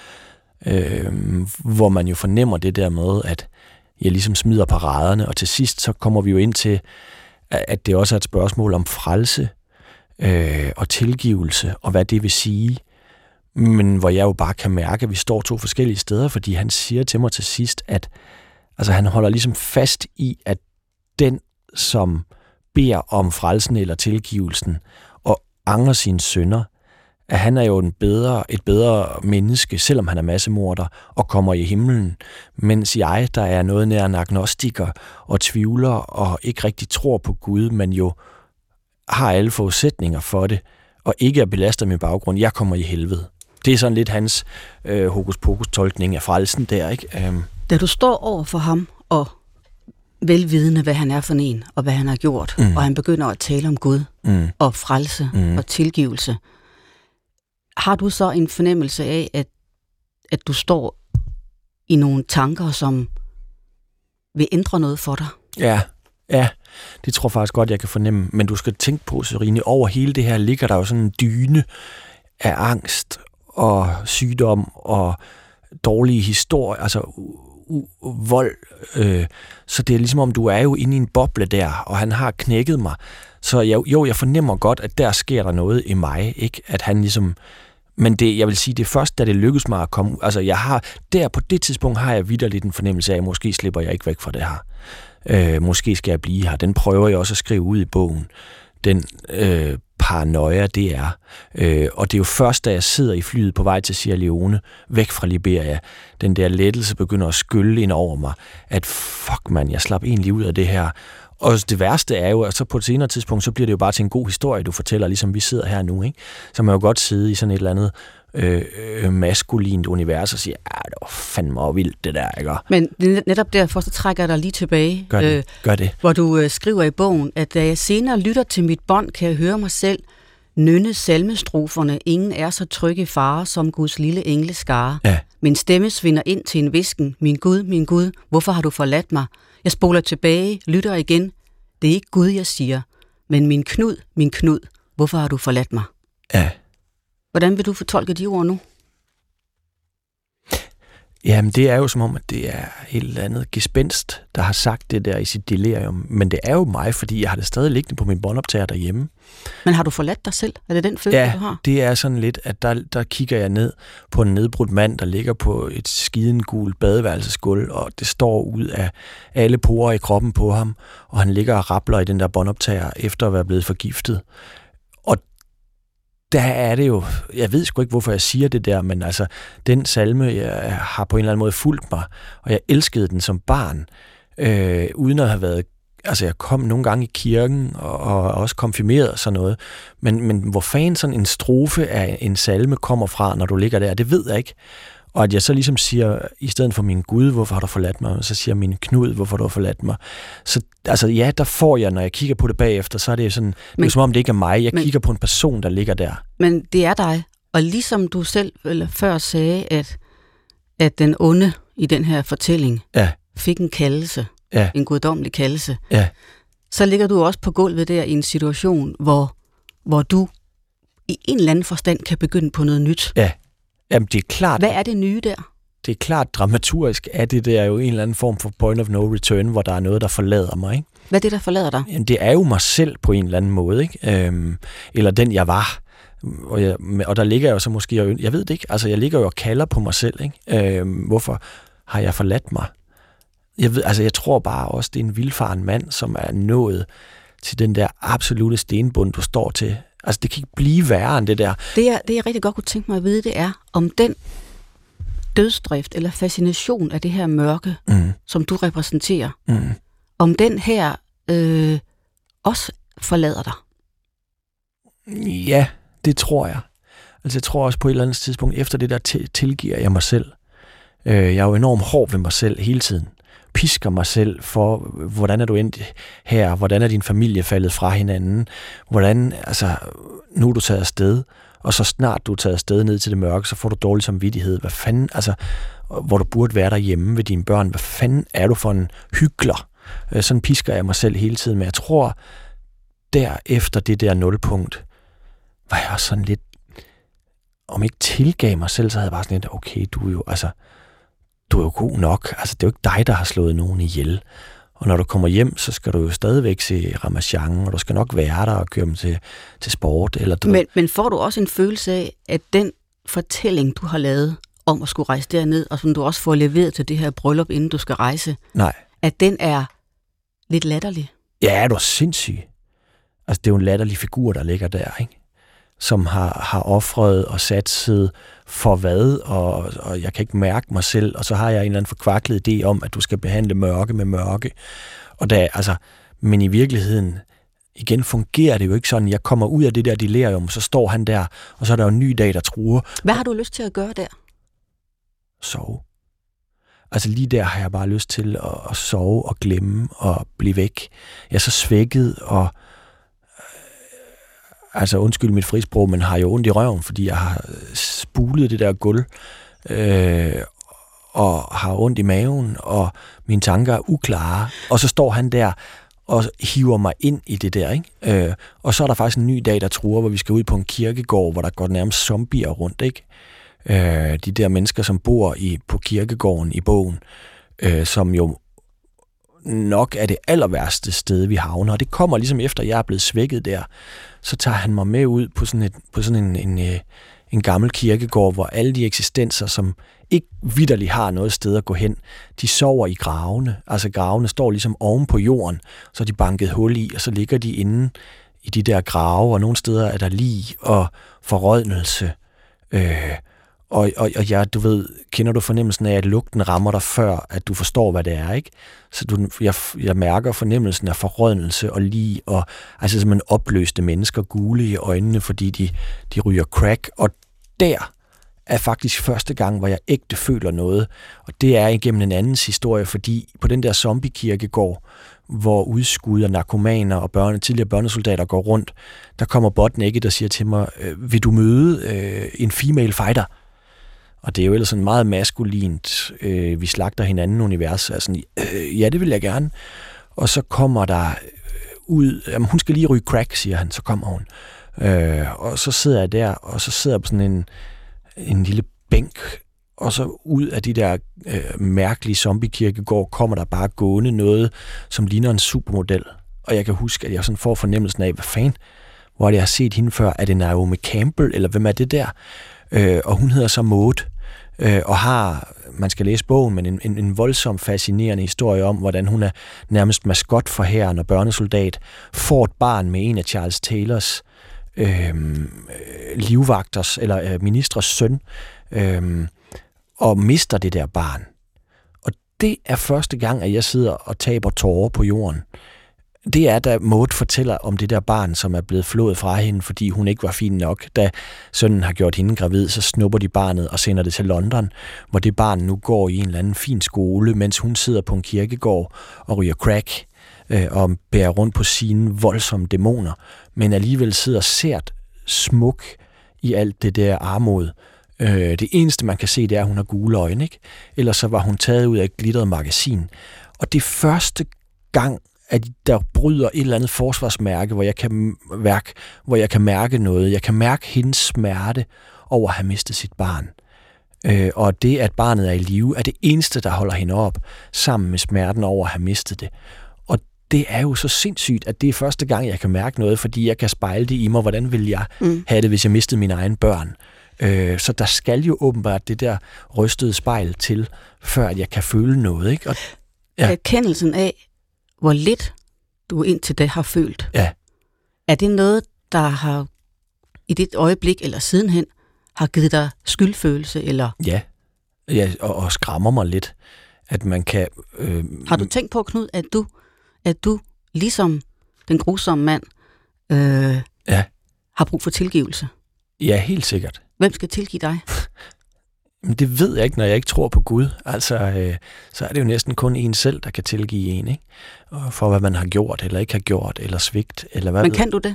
hvor man jo fornemmer det der med, at jeg ligesom smider paraderne, og til sidst så kommer vi jo ind til, at det også er et spørgsmål om frelse og tilgivelse, og hvad det vil sige. Men hvor jeg jo bare kan mærke, at vi står to forskellige steder, fordi han siger til mig til sidst, at altså, han holder ligesom fast i, at den, som beder om frelsen eller tilgivelsen og angrer sine synder, at han er jo et bedre menneske, selvom han er massemorder og kommer i himlen, mens jeg, der er noget nær en agnostiker og tvivler og ikke rigtig tror på Gud, men jo har alle forudsætninger for det, og ikke er belastet med baggrund, jeg kommer i helvede. Det er sådan lidt hans hokus-pokus-tolkning af frelsen der, ikke? Da du står over for ham og velvidende, hvad han er for en, og hvad han har gjort, og han begynder at tale om Gud og frelse og tilgivelse, har du så en fornemmelse af, at du står i nogle tanker, som vil ændre noget for dig? Ja, det tror jeg faktisk godt, jeg kan fornemme. Men du skal tænke på, Serine, over hele det her ligger der jo sådan en dyne af angst og sygdom og dårlige historier, altså vold. Så det er ligesom om, du er jo inde i en boble der, og han har knækket mig. Så jeg fornemmer godt, at der sker der noget i mig, ikke? At han ligesom... Men det, jeg vil sige, det er først, da det lykkes mig at komme... Altså, på det tidspunkt har jeg vitterligt en fornemmelse af, at måske slipper jeg ikke væk fra det her. Måske skal jeg blive her. Den prøver jeg også at skrive ud i bogen. Den paranoia, det er. Og det er jo først, da jeg sidder i flyet på vej til Sierra Leone, væk fra Liberia, den der lettelse begynder at skylle ind over mig, at fuck man, jeg slap egentlig ud af det her. Og det værste er jo, at så på et senere tidspunkt, så bliver det jo bare til en god historie, du fortæller, ligesom vi sidder her nu, ikke? Så man jo godt sidde i sådan et eller andet maskulint univers og sige, det var fandme vildt det der, ikke? Men netop derfor, så trækker jeg dig lige tilbage. Gør det. Hvor du skriver i bogen, at da jeg senere lytter til mit bånd, kan jeg høre mig selv nynne salmestroferne. Ingen er så tryg i fare som Guds lille engleskare. Ja. Min stemme svinder ind til en hvisken. Min Gud, hvorfor har du forladt mig? Jeg spoler tilbage, lytter igen. Det er ikke Gud, jeg siger, men min Knud, hvorfor har du forladt mig? Ja. Hvordan vil du fortolke de ord nu? Jamen, det er jo som om, at det er et eller andet gespenst, der har sagt det der i sit delirium. Men det er jo mig, fordi jeg har det stadig liggende på min båndoptager derhjemme. Men har du forladt dig selv? Er det den følelse, du har? Ja, det er sådan lidt, at der kigger jeg ned på en nedbrudt mand, der ligger på et skiden gult badeværelsesgulv, og det står ud af alle porer i kroppen på ham, og han ligger og rabler i den der båndoptager, efter at være blevet forgiftet. Og der er det jo, jeg ved sgu ikke, hvorfor jeg siger det der, men altså, den salme, jeg har på en eller anden måde fulgt mig, og jeg elskede den som barn, uden at have været, altså jeg kom nogle gange i kirken, og også konfirmeret og sådan noget, men hvor fanden sådan en strofe af en salme kommer fra, når du ligger der, det ved jeg ikke. Og at jeg så ligesom siger, i stedet for min Gud, hvorfor har du forladt mig? Så siger min Knud, hvorfor har du forladt mig? Så altså ja, der får jeg, når jeg kigger på det bagefter, så er det sådan, det er som om det ikke er mig. Jeg kigger på en person, der ligger der. Men det er dig. Og ligesom du selv eller før sagde, at den onde i den her fortælling fik en kaldelse, en guddommelig kaldelse, så ligger du også på gulvet der i en situation, hvor du i en eller anden forstand kan begynde på noget nyt. Ja. Jamen, det er klart. Hvad er det nye der? Det er klart dramaturgisk, at det der er jo en eller anden form for point of no return, hvor der er noget, der forlader mig, ikke? Hvad er det, der forlader dig? Jamen, det er jo mig selv på en eller anden måde, ikke? Eller den, jeg var. Og der ligger jeg jo så måske, jeg ved det ikke, altså jeg ligger jo og kalder på mig selv, ikke? Hvorfor har jeg forladt mig? Jeg tror bare også, det er en vildfaren mand, som er nået til den der absolute stenbund, du står til. Altså, det kan ikke blive værre end det der. Det jeg rigtig godt kunne tænke mig at vide, det er, om den dødsdrift eller fascination af det her mørke, som du repræsenterer, om den her også forlader dig. Ja, det tror jeg. Altså, jeg tror også på et eller andet tidspunkt, efter det der tilgiver jeg mig selv. Jeg er jo enormt hård ved mig selv hele tiden. Pisker mig selv for, hvordan er du endt her, hvordan er din familie faldet fra hinanden, hvordan, altså, nu er du taget afsted, og så snart du er taget afsted ned til det mørke, så får du dårlig samvittighed. Hvad fanden, altså, hvor du burde være derhjemme ved dine børn, hvad fanden er du for en hykler? Sådan pisker jeg mig selv hele tiden, men jeg tror, derefter det der nulpunkt, var jeg også sådan lidt, om ikke tilgav mig selv, så havde jeg bare sådan lidt, okay, du er jo god nok. Altså, det er jo ikke dig, der har slået nogen ihjel. Og når du kommer hjem, så skal du jo stadigvæk se Ramachan, og du skal nok være der og køre dem til sport. Eller men får du også en følelse af, at den fortælling, du har lavet om at skulle rejse derned, og som du også får leveret til det her bryllup, inden du skal rejse, at den er lidt latterlig? Ja, du er sindssyg. Altså, det er jo en latterlig figur, der ligger der, ikke? Som har offret og satset for hvad, og jeg kan ikke mærke mig selv, og så har jeg en eller anden forkvaklet idé om, at du skal behandle mørke med mørke. Og men i virkeligheden, igen fungerer det jo ikke sådan, jeg kommer ud af det der delirium, så står han der, og så er der jo en ny dag, der truer. Hvad har du lyst til at gøre der? Sove. Altså lige der har jeg bare lyst til at sove og glemme og blive væk. Jeg er så svækket, og altså undskyld mit frisprog, men har jo ondt i røven, fordi jeg har spulet det der gulv, og har ondt i maven, og mine tanker er uklare. Og så står han der og hiver mig ind i det der, ikke? Og så er der faktisk en ny dag, der truer, hvor vi skal ud på en kirkegård, hvor der går nærmest zombier rundt, ikke? De der mennesker, som bor på kirkegården i bogen, som jo nok er det aller værste sted, vi havner. Og det kommer ligesom efter, jeg er blevet svækket der. Så tager han mig med ud på sådan en gammel kirkegård, hvor alle de eksistenser, som ikke vitterligt har noget sted at gå hen, de sover i gravene. Altså gravene står ligesom oven på jorden, så er de banket hul i, og så ligger de inde i de der grave, og nogle steder er der lig og forrådnelse. Og ja, du ved, kender du fornemmelsen af, at lugten rammer dig før, at du forstår, hvad det er, ikke? Så jeg mærker fornemmelsen af forrådnelse og lig, og altså simpelthen opløste mennesker, gule i øjnene, fordi de ryger crack. Og der er faktisk første gang, hvor jeg ægte føler noget. Og det er igennem en andens historie, fordi på den der zombie-kirkegård, hvor udskud og narkomaner og tidligere børnesoldater går rundt, der kommer Botnækket og siger til mig, vil du møde en female fighter? Og det er jo ellers sådan meget maskulint, vi slagter hinanden univers. Altså, ja, det vil jeg gerne. Og så kommer der ud, jamen, hun skal lige ryge crack, siger han, så kommer hun. Og så sidder jeg der, og så sidder jeg på sådan en lille bænk, og så ud af de der mærkelige zombiekirkegård kommer der bare gående noget, som ligner en supermodel. Og jeg kan huske, at jeg sådan får fornemmelsen af, hvad fanden, hvor jeg har set hende før. Er det Naomi Campbell, eller hvem er det der? Og hun hedder så Maud, og har, man skal læse bogen, men en voldsomt fascinerende historie om, hvordan hun er nærmest maskot for hæren og børnesoldat, får et barn med en af Charles Taylors livvagters, eller ministres søn, og mister det der barn. Og det er første gang, at jeg sidder og taber tårer på jorden. Det er, da Maud fortæller om det der barn, som er blevet flået fra hende, fordi hun ikke var fin nok. Da sønnen har gjort hende gravid, så snupper de barnet og sender det til London, hvor det barn nu går i en eller anden fin skole, mens hun sidder på en kirkegård og ryger crack og bærer rundt på sine voldsomme dæmoner, men alligevel sidder sært smuk i alt det der armod. Det eneste, man kan se, det er, at hun har gule øjne, ikke? Ellers så var hun taget ud af et glittret magasin. Og det første gang, at der bryder et eller andet forsvarsmærke, hvor jeg kan mærke noget. Jeg kan mærke hendes smerte over at have mistet sit barn. Og det, at barnet er i live, er det eneste, der holder hende op, sammen med smerten over at have mistet det. Og det er jo så sindssygt, at det er første gang, jeg kan mærke noget, fordi jeg kan spejle det i mig. Hvordan ville jeg have det, hvis jeg mistede mine egne børn? Så der skal jo åbenbart det der rystede spejl til, før jeg kan føle noget, ikke? Og, ja. Erkendelsen af, hvor lidt du indtil det har følt. Ja. Er det noget, der har i dit øjeblik eller sidenhen har givet dig skyldfølelse? Eller? Ja, og skræmmer mig lidt, at man kan... Har du tænkt på, Knud, at du ligesom den grusomme mand har brug for tilgivelse? Ja, helt sikkert. Hvem skal tilgive dig? Det ved jeg ikke, når jeg ikke tror på Gud. Altså, så er det jo næsten kun en selv, der kan tilgive en, ikke? Og for hvad man har gjort, eller ikke har gjort, eller svigt, eller hvad. Men kan du det?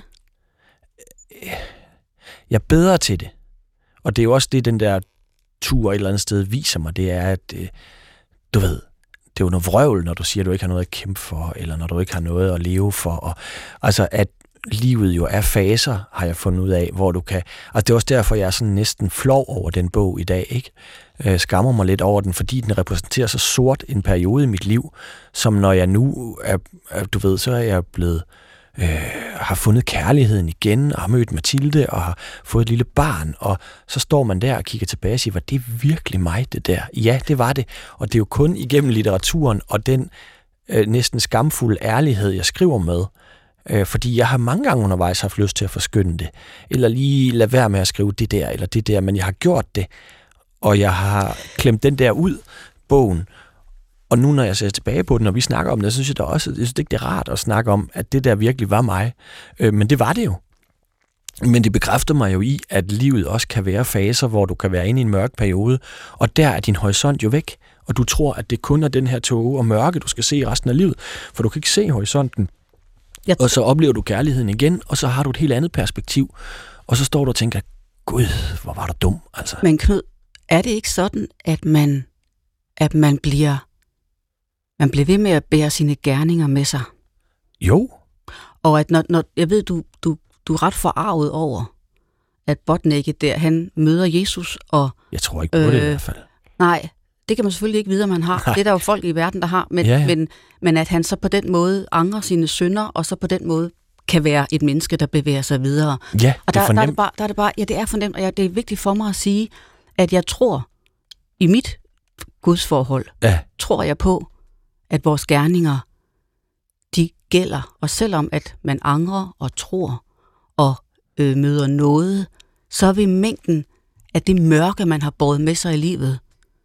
Jeg er bedre til det. Og det er jo også det, den der tur et eller andet sted viser mig, det er, at du ved, det er jo noget vrøvl, når du siger, at du ikke har noget at kæmpe for, eller når du ikke har noget at leve for. Og, altså, at livet jo er faser, har jeg fundet ud af, hvor du kan... Altså, det er også derfor, jeg er sådan næsten flov over den bog i dag, ikke? Skammer mig lidt over den, fordi den repræsenterer så sort en periode i mit liv, som når jeg nu er du ved, så er jeg blevet... har fundet kærligheden igen, og har mødt Mathilde, og har fået et lille barn, og så står man der og kigger tilbage og siger, var det virkelig mig, det der? Ja, det var det. Og det er jo kun igennem litteraturen, og den næsten skamfulde ærlighed, jeg skriver med, fordi jeg har mange gange undervejs haft lyst til at forskynde det, eller lige lade være med at skrive det der, eller det der, men jeg har gjort det, og jeg har klemt den der ud, bogen, og nu når jeg ser tilbage på den, og vi snakker om det, så synes jeg da også, jeg synes ikke, det er rart at snakke om, at det der virkelig var mig, men det var det jo. Men det bekræfter mig jo i, at livet også kan være faser, hvor du kan være inde i en mørk periode, og der er din horisont jo væk, og du tror, at det kun er den her tåge og mørke, du skal se resten af livet, for du kan ikke se horisonten. Og så oplever du kærligheden igen, og så har du et helt andet perspektiv. Og så står du og tænker, gud, hvor var du dum. Altså. Men Knud, er det ikke sådan, at man bliver ved med at bære sine gerninger med sig? Jo. Og at når jeg ved, du er ret forarvet over, at Botnækket der, han møder Jesus, og... Jeg tror ikke på det i hvert fald. Nej, det kan man selvfølgelig ikke vide, om han har. Nej. Det er der jo folk i verden, der har. Men at han så på den måde angrer sine synder, og så på den måde kan være et menneske, der bevæger sig videre. Ja, og der er det bare, ja, det er fornemt, og det er vigtigt for mig at sige, at jeg tror, i mit gudsforhold, tror jeg på, at vores gerninger, de gælder. Og selvom at man angrer og tror og møder noget, så vil mængden af det mørke, man har båret med sig i livet,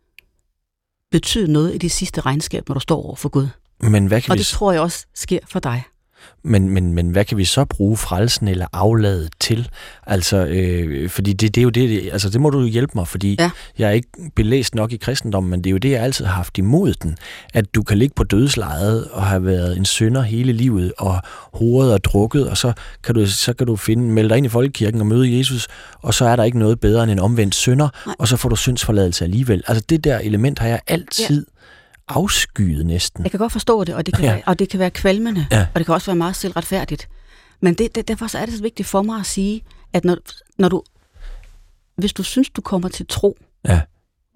betyde noget i det sidste regnskab, når du står over for Gud. Men hvad kan og det tror jeg også sker for dig. Men hvad kan vi så bruge frelsen eller afladet til? Altså, fordi det er jo det, altså det må du jo hjælpe mig, fordi jeg er ikke belæst nok i kristendommen, men det er jo det, jeg altid har haft imod den, at du kan ligge på dødslejet og have været en synder hele livet, og hovedet og drukket, og så kan du melde dig ind i folkekirken og møde Jesus, og så er der ikke noget bedre end en omvendt synder, og så får du syndsforladelse alligevel. Altså det der element har jeg altid afskyet næsten. Jeg kan godt forstå det, og det kan være kvalmende, og det kan også være meget selvretfærdigt. Men derfor så er det så vigtigt for mig at sige, at når du, hvis du synes, du kommer til tro,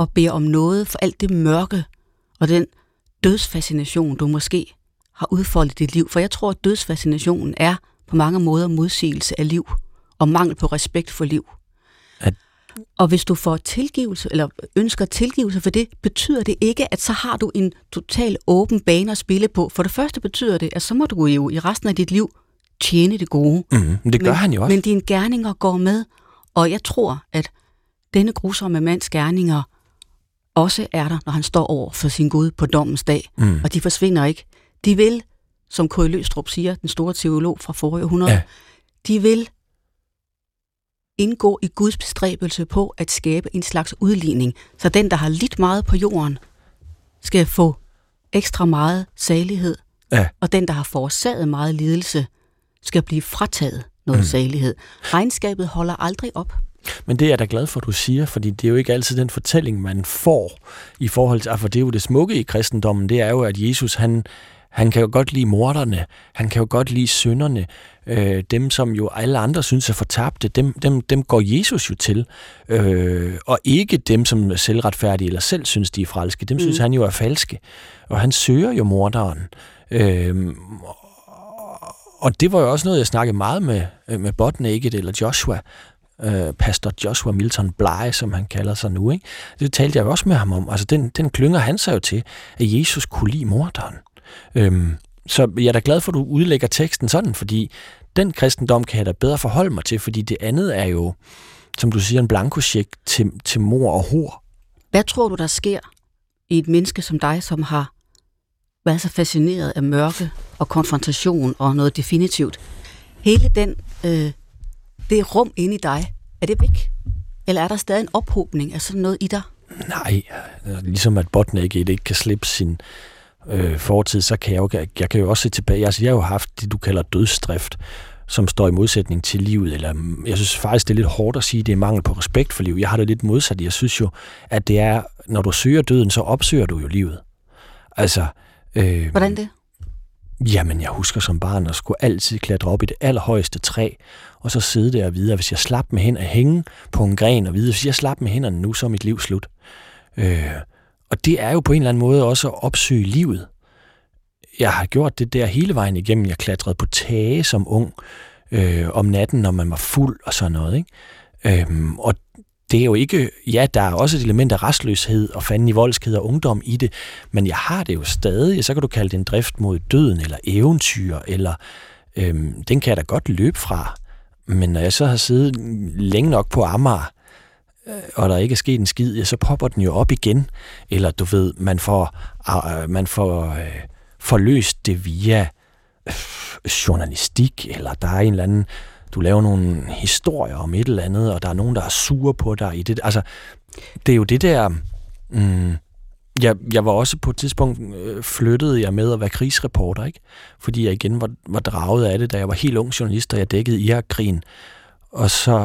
og beder om noget for alt det mørke og den dødsfascination, du måske har udfoldet i dit liv. For jeg tror, at dødsfascinationen er på mange måder modsigelse af liv og mangel på respekt for liv. Og hvis du får tilgivelse, eller ønsker tilgivelse for det, betyder det ikke, at så har du en total åben bane at spille på. For det første betyder det, at så må du jo i resten af dit liv tjene det gode. Men det gør han jo også. Men dine gerninger går med, og jeg tror, at denne grusomme mands gerninger også er der, når han står over for sin Gud på dommens dag. Og de forsvinder ikke. De vil, som K. Løgstrup siger, den store teolog fra forrige århundrede, de vil indgå i Guds bestræbelse på at skabe en slags udligning, så den, der har lidt meget på jorden, skal få ekstra meget salighed, og den, der har forårsaget meget lidelse, skal blive frataget noget salighed. Regnskabet holder aldrig op. Men det er jeg da glad for, at du siger, fordi det er jo ikke altid den fortælling, man får i forhold til, for det er jo det smukke i kristendommen, det er jo, at Jesus, han kan jo godt lide morderne, han kan jo godt lide synderne, dem som jo alle andre synes er fortabte, dem går Jesus jo til, og ikke dem som er selvretfærdige eller selv synes de er frelske, dem synes han jo er falske, og han søger jo morderen. Og det var jo også noget, jeg snakkede meget med Butt-Naked eller Joshua, pastor Joshua Milton Bly, som han kalder sig nu, ikke? Det talte jeg jo også med ham om. Altså den klynger han sig jo til, at Jesus kunne lide morderen. Så jeg er da glad for, at du udlægger teksten sådan, fordi den kristendom kan jeg da bedre forholde mig til, fordi det andet er jo, som du siger, en blankocheck til mor og hor. Hvad tror du, der sker i et menneske som dig, som har været så fascineret af mørke og konfrontation og noget definitivt? Hele det rum inde i dig, er det væk? Eller er der stadig en ophobning af sådan noget i dig? Nej, ligesom at Butt-Naked ikke kan slippe sin fortid, så kan jeg kan jo også se tilbage. Altså, jeg har jo haft det, du kalder dødsdrift, som står i modsætning til livet, eller jeg synes faktisk, det er lidt hårdt at sige, at det er mangel på respekt for liv. Jeg har det lidt modsat. Jeg synes jo, at det er, når du søger døden, så opsøger du jo livet. Altså... Hvordan det? Jamen, jeg husker som barn at skulle altid klatre op i det allerhøjeste træ, og så sidde der og vide, at hvis jeg slap med hen at hænge på en gren, og vide, at hvis jeg slap med hænderne nu, så er mit liv slut. Og det er jo på en eller anden måde også at opsøge livet. Jeg har gjort det der hele vejen igennem. Jeg klatrede på tage som ung om natten, når man var fuld og sådan noget, ikke? Og det er jo ikke... Ja, der er også et element af rastløshed og fanden i voldskhed og ungdom i det, men jeg har det jo stadig. Så kan du kalde det en drift mod døden, eller eventyr, eller... den kan jeg da godt løbe fra. Men når jeg så har siddet længe nok på Amager, og der ikke er sket en skid, ja, så popper den jo op igen. Eller du ved, man får forløst det via journalistik, eller der er en eller anden... Du laver nogle historier om et eller andet, og der er nogen, der er sure på dig i det. Altså, det er jo det der... Jeg var også på et tidspunkt flyttede jeg med at være krigsreporter, ikke? Fordi jeg igen var draget af det, da jeg var helt ung journalist, og jeg dækkede Irak-krigen. Og så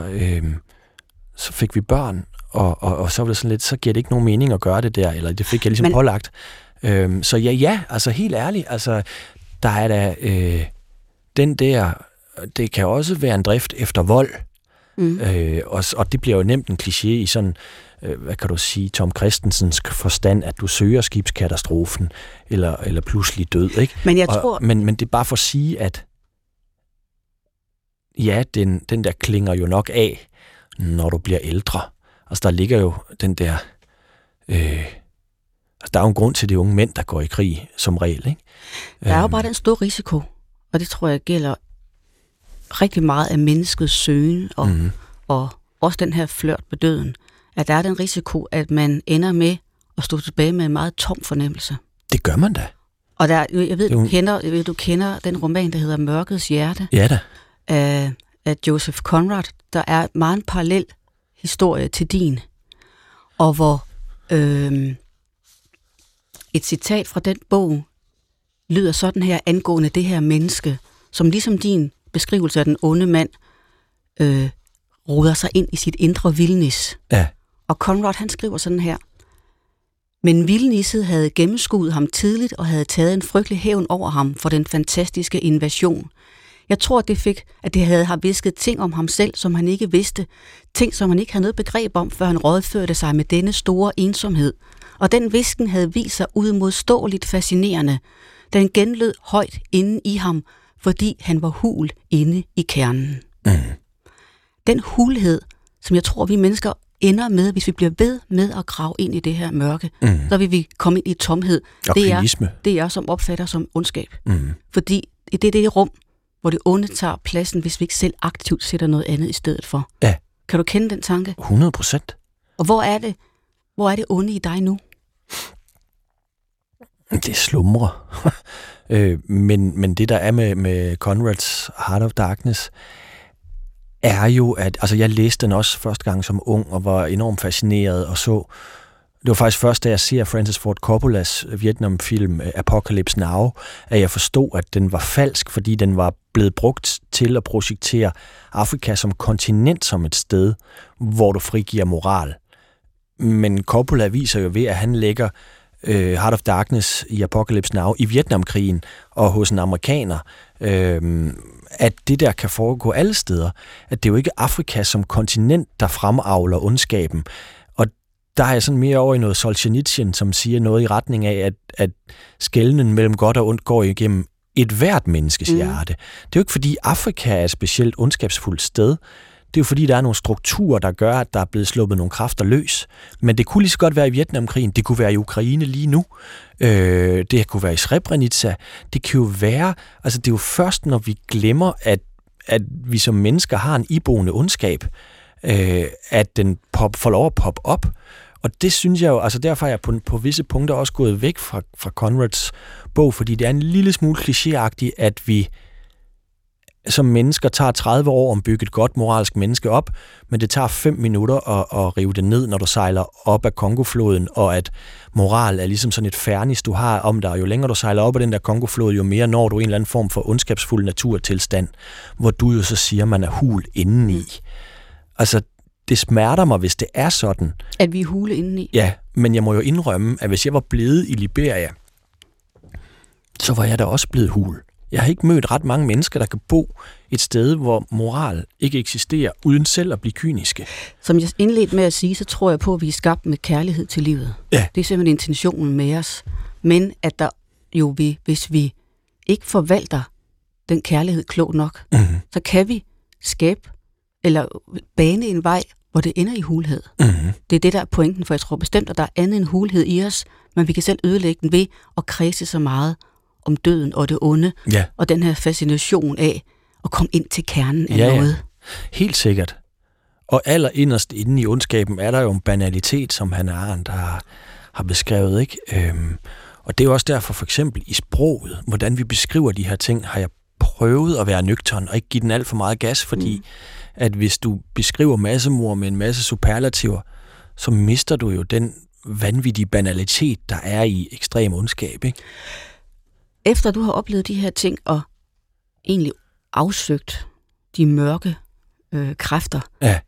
fik vi børn, og så var det sådan lidt, så giver det ikke nogen mening at gøre det der, eller det fik jeg ligesom pålagt. Så ja, altså helt ærligt, altså der er da den der... Det kan også være en drift efter vold, og det bliver jo nemt en kliché i sådan, hvad kan du sige, Tom Christensens forstand, at du søger skibskatastrofen, eller pludselig død, ikke? Men jeg tror... Men det er bare for at sige, at ja, den der klinger jo nok af, når du bliver ældre. Altså der ligger jo den der... der er jo en grund til de unge mænd, der går i krig, som regel, ikke? Der er jo bare den store risiko, og det tror jeg gælder rigtig meget af menneskets søgen, og også den her flirt med døden, at der er den risiko, at man ender med at stå tilbage med en meget tom fornemmelse. Det gør man da. Og der, jeg ved, du kender den roman, der hedder Mørkets Hjerte. Ja da. Af Joseph Conrad. Der er meget en parallel historie til din, og hvor et citat fra den bog lyder sådan her angående det her menneske, som ligesom din beskrivelse af den onde mand roder sig ind i sit indre vildnis. Ja. Og Conrad, han skriver sådan her: Men vildnisset havde gennemskuet ham tidligt og havde taget en frygtelig hævn over ham for den fantastiske invasion. Jeg tror, at det har visket ting om ham selv, som han ikke vidste. Ting, som han ikke havde noget begreb om, før han rådførte sig med denne store ensomhed. Og den visken havde vist sig uimodståeligt fascinerende. Den genlød højt inde i ham, fordi han var hul inde i kernen. Den hulhed, som jeg tror, vi mennesker ender med, hvis vi bliver ved med at grave ind i det her mørke, så vil vi komme ind i tomhed. Det er som opfatter som ondskab. Fordi det er det rum, hvor det onde tager pladsen, hvis vi ikke selv aktivt sætter noget andet i stedet for. Ja. Kan du kende den tanke? 100%. Og hvor er det onde i dig nu? Det slumrer. men det, der er med Conrads Heart of Darkness, er jo, at altså jeg læste den også første gang som ung, og var enormt fascineret, og så, det var faktisk først, da jeg ser Francis Ford Coppolas Vietnamfilm Apocalypse Now, at jeg forstod, at den var falsk, fordi den var blevet brugt til at projektere Afrika som kontinent, som et sted, hvor du frigiver moral. Men Coppola viser jo ved, at han lægger Heart of Darkness i Apocalypse Now i Vietnamkrigen og hos en amerikaner, at det der kan foregå alle steder. At det er jo ikke Afrika som kontinent, der fremavler ondskaben. Og der er jeg sådan mere over i noget Solzhenitsyn, som siger noget i retning af, at skelnen mellem godt og ondt går igennem et hvert menneskes hjerte. Det er jo ikke, fordi Afrika er et specielt ondskabsfuldt sted. Det er jo fordi, der er nogle strukturer, der gør, at der er blevet sluppet nogle kræfter løs. Men det kunne lige så godt være i Vietnamkrigen. Det kunne være i Ukraine lige nu. Det kunne være i Srebrenica. Det kan jo være... Altså, det er jo først, når vi glemmer, at vi som mennesker har en iboende ondskab, at den får lov at poppe op. Og det synes jeg jo... Altså, derfor er jeg på visse punkter også gået væk fra Conrads bog, fordi det er en lille smule klichéagtigt, at vi som mennesker tager 30 år om at bygge et godt moralsk menneske op, men det tager 5 minutter at rive det ned, når du sejler op af Kongofloden, og at moral er ligesom sådan et fernis, du har om dig. Jo længere du sejler op af den der Kongoflod, jo mere når du en eller anden form for ondskabsfuld naturtilstand, hvor du jo så siger, man er hul indeni. Altså, det smerter mig, hvis det er sådan. At vi er hule indeni? Ja, men jeg må jo indrømme, at hvis jeg var blevet i Liberia, så var jeg da også blevet hul. Jeg har ikke mødt ret mange mennesker, der kan bo et sted, hvor moral ikke eksisterer, uden selv at blive kyniske. Som jeg indledte med at sige, så tror jeg på, at vi er skabt med kærlighed til livet. Ja. Det er simpelthen intentionen med os. Men at der jo, hvis vi ikke forvalter den kærlighed klogt nok, så kan vi skabe eller bane en vej, hvor det ender i hulhed. Det er det, der er pointen, for jeg tror bestemt, at der er andet end hulhed i os, men vi kan selv ødelægge den ved at kredse så meget om døden og det onde, og den her fascination af at komme ind til kernen af noget. Helt sikkert. Og allerinderst inde i ondskaben er der jo en banalitet, som Hannah Arendt har beskrevet, ikke? Og det er jo også derfor, for eksempel i sproget, hvordan vi beskriver de her ting, har jeg prøvet at være nøgtern og ikke give den alt for meget gas, fordi at hvis du beskriver massemord med en masse superlativer, så mister du jo den vanvittige banalitet, der er i ekstrem ondskab, ikke? Efter du har oplevet de her ting og egentlig afsøgt de mørke kræfter,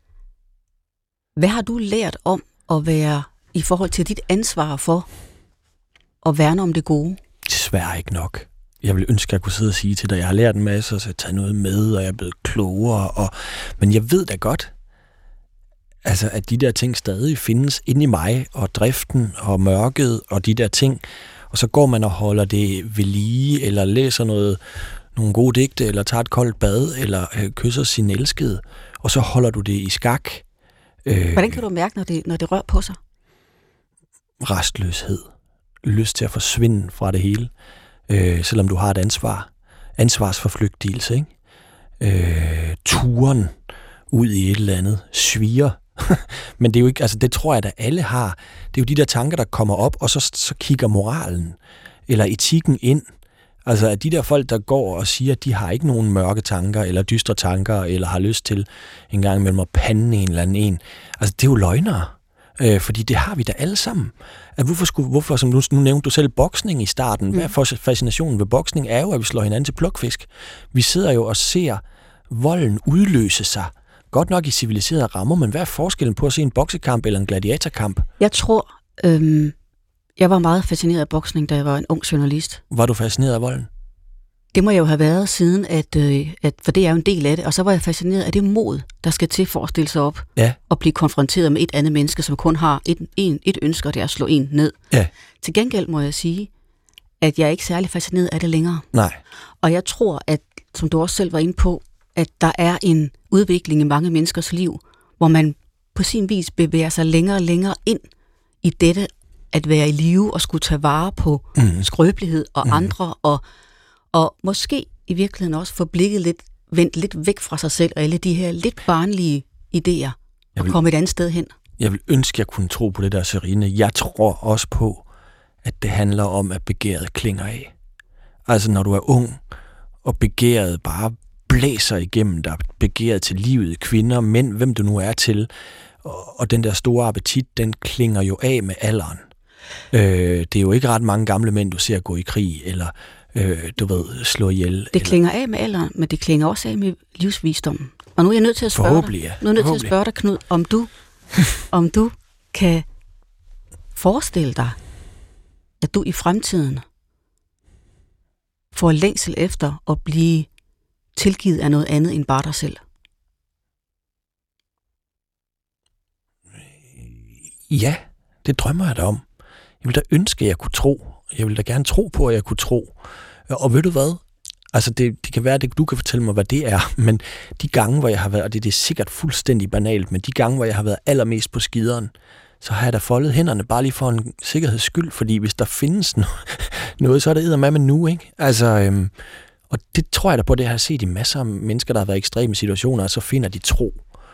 hvad har du lært om at være i forhold til dit ansvar for at værne om det gode? Desværre ikke nok. Jeg vil ønske, at jeg kunne sidde og sige til dig, at jeg har lært en masse, og så tage noget med, og jeg er blevet klogere. Men jeg ved da godt, altså, at de der ting stadig findes inde i mig, og driften, og mørket, og de der ting. Og så går man og holder det ved lige, eller læser nogle gode digte, eller tager et koldt bad, eller kysser sin elskede, og så holder du det i skak. Hvordan kan du mærke, når det rører på sig? Restløshed. Lyst til at forsvinde fra det hele, selvom du har et ansvar. Ansvarsforflygtigelse, ikke? Turen ud i et eller andet. Sviger. Men det er jo ikke, altså det tror jeg, at alle har. Det er jo de der tanker, der kommer op, og så kigger moralen eller etikken ind. Altså at de der folk, der går og siger, at de har ikke nogen mørke tanker, eller dystre tanker, eller har lyst til en gang imellem at pande en eller anden en. Altså det er jo løgnere. Fordi det har vi da alle sammen. At hvorfor som nu nævnte du selv boksning i starten. Hvad er fascinationen ved boksning er jo, at vi slår hinanden til plukfisk. Vi sidder jo og ser volden udløse sig. Godt nok i civiliserede rammer, men hvad er forskellen på at se en boksekamp eller en gladiatorkamp? Jeg tror, jeg var meget fascineret af boksning, da jeg var en ung journalist. Var du fascineret af volden? Det må jeg jo have været siden, for det er jo en del af det, og så var jeg fascineret af det mod, der skal til for at stille sig op og blive konfronteret med et andet menneske, som kun har et ønske, og det er at slå en ned. Ja. Til gengæld må jeg sige, at jeg er ikke særlig fascineret af det længere. Nej. Og jeg tror, at, som du også selv var inde på, at der er en udvikling i mange menneskers liv, hvor man på sin vis bevæger sig længere og længere ind i dette at være i live og skulle tage vare på skrøbelighed og andre, og måske i virkeligheden også få blikket vendt lidt væk fra sig selv og alle de her lidt barnlige idéer og komme et andet sted hen. Jeg vil ønske, at jeg kunne tro på det der, Serine. Jeg tror også på, at det handler om, at begæret klinger af. Altså, når du er ung, og begæret bare blæser igennem dig, begæret til livet, kvinder, mænd, hvem du nu er til, og den der store appetit, den klinger jo af med alderen. Det er jo ikke ret mange gamle mænd, du ser gå i krig, eller du ved, slå ihjel. Det klinger af med alderen, men det klinger også af med livsvisdommen. Og nu er jeg nødt til at spørge dig, Knud, om du kan forestille dig, at du i fremtiden får længsel efter at blive tilgivet af noget andet end bare dig selv. Ja, det drømmer jeg da om. Jeg vil da ønske, at jeg kunne tro. Jeg vil da gerne tro på, at jeg kunne tro. Og ved du hvad? Altså, det kan være, at du kan fortælle mig, hvad det er, men de gange, hvor jeg har været, og det er sikkert fuldstændig banalt, men de gange, hvor jeg har været allermest på skideren, så har jeg da foldet hænderne bare lige for en sikkerheds skyld, fordi hvis der findes noget, så er det eddermame nu, ikke? Altså, og det tror jeg da på, det har jeg set i masser af mennesker, der har været i ekstreme situationer, og så finder de tro.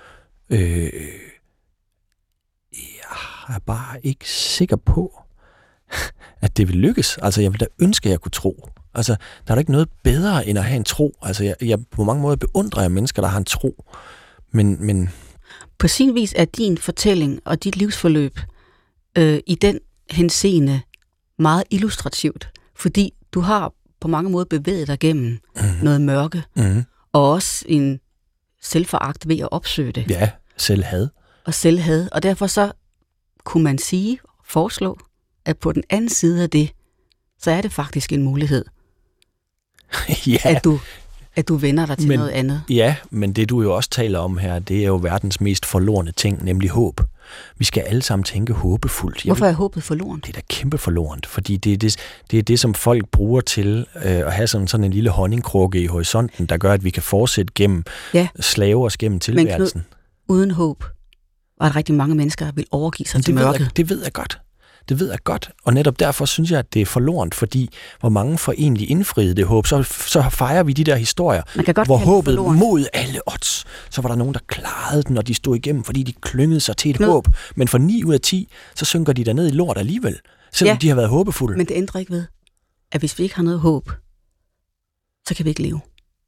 Jeg er bare ikke sikker på, at det vil lykkes. Altså, jeg vil da ønske, at jeg kunne tro. Altså, der er da ikke noget bedre, end at have en tro. Altså, jeg på mange måder beundrer jeg mennesker, der har en tro. Men på sin vis er din fortælling og dit livsforløb i den henseende meget illustrativt, fordi du har på mange måder bevæget dig gennem noget mørke, og også en selvforagt ved at opsøge det. Ja, selvhad. Og selvhad. Og derfor så kunne man foreslå, at på den anden side af det, så er det faktisk en mulighed, ja. at du vender dig til noget andet. Ja, men det du jo også taler om her, det er jo verdens mest forlorne ting, nemlig håb. Vi skal alle sammen tænke håbefuldt. Hvorfor er håbet forlorent? Det er da kæmpe forlorent, fordi det er det, som folk bruger til at have sådan en lille honningkrukke i horisonten, der gør, at vi kan fortsætte gennem slave os gennem tilværelsen. Men Knud, uden håb var der rigtig mange mennesker, der vil overgive sig til mørket. Det ved jeg godt. Og netop derfor synes jeg, at det er forlorent, fordi hvor mange får egentlig indfriet det håb, så fejrer vi de der historier, hvor håbet mod alle odds, så var der nogen, der klarede den, og de stod igennem, fordi de klyngede sig til et håb. Men for 9 ud af 10, så synker de derned i lort alligevel, selvom de har været håbefulde. Men det ændrer ikke ved, at hvis vi ikke har noget håb, så kan vi ikke leve.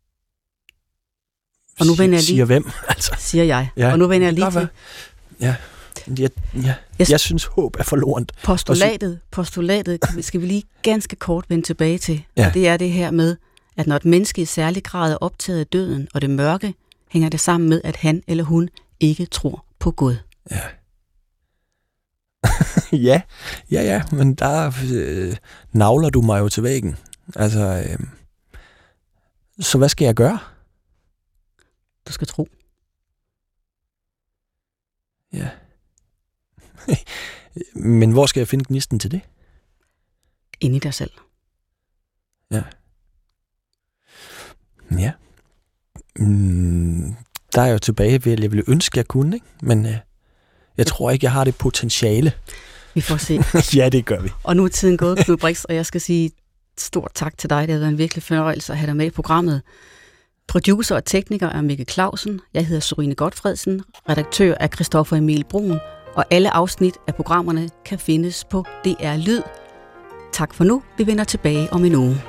Og nu vender jeg lige... Siger hvem? Altså. Siger jeg. Ja. Og nu vender jeg lige til... Ja. Jeg synes, håb er forlorent. Postulatet skal vi lige ganske kort vende tilbage til. Ja. Og det er det her med, at når et menneske i særlig grad er optaget af døden og det mørke, hænger det sammen med, at han eller hun ikke tror på Gud. Ja. ja, men der navler du mig jo til væggen. Altså, så hvad skal jeg gøre? Du skal tro. Ja. Men hvor skal jeg finde gnisten til det? Inde i dig selv. Ja. Ja. Der er jeg jo tilbage ved, at jeg ville ønske, at jeg kunne, ikke? Men jeg tror ikke, jeg har det potentiale. Vi får se. Ja, det gør vi. Og nu er tiden gået, Knud Brix, og jeg skal sige stort tak til dig. Det har været en virkelig fornøjelse at have dig med i programmet. Producer og tekniker er Mikkel Clausen. Jeg hedder Serine Gotfredsen. Redaktør er Christoffer Emil Bruun. Og alle afsnit af programmerne kan findes på DR Lyd. Tak for nu. Vi vender tilbage om en uge.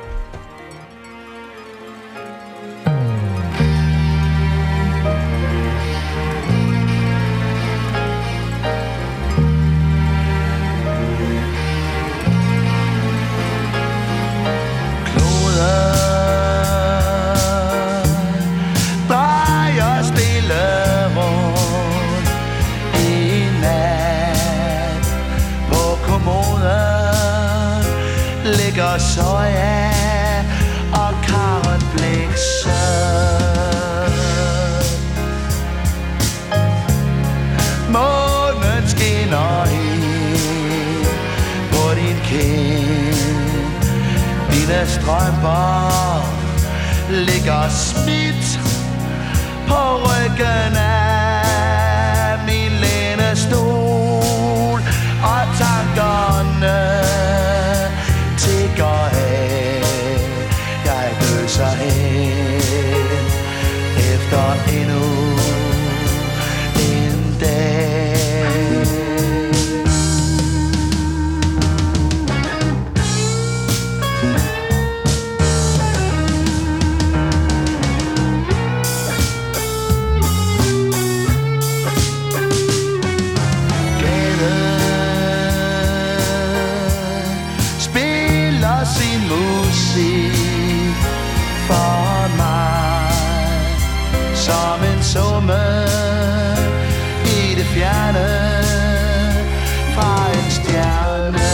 Så ja strømper ligger smidt på ryggen af min lænestol, og tankerne tigger af. Jeg døser hen efter endnu en dag. Som en summe i det fjerne fra en stjerne.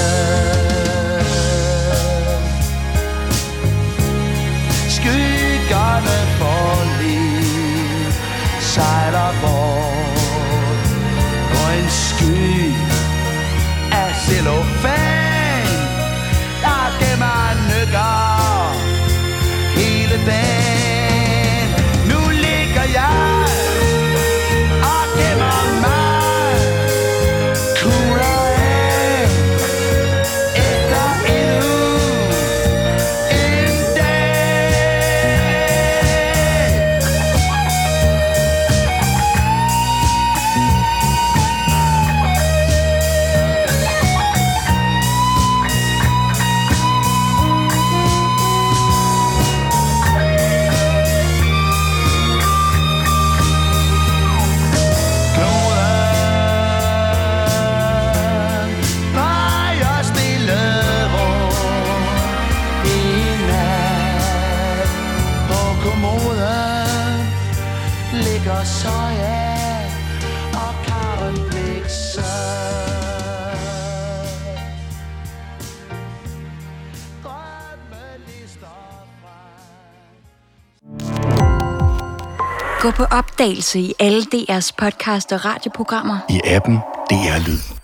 Skyggerne for liv sejler bort på en sky af cellofan, der gemmer nykker hele dagen. Jeg og gemmer mig, kugler af efter endnu en dag. Gå på opdagelse i alle DR's podcast og radioprogrammer. I appen DR Lyd.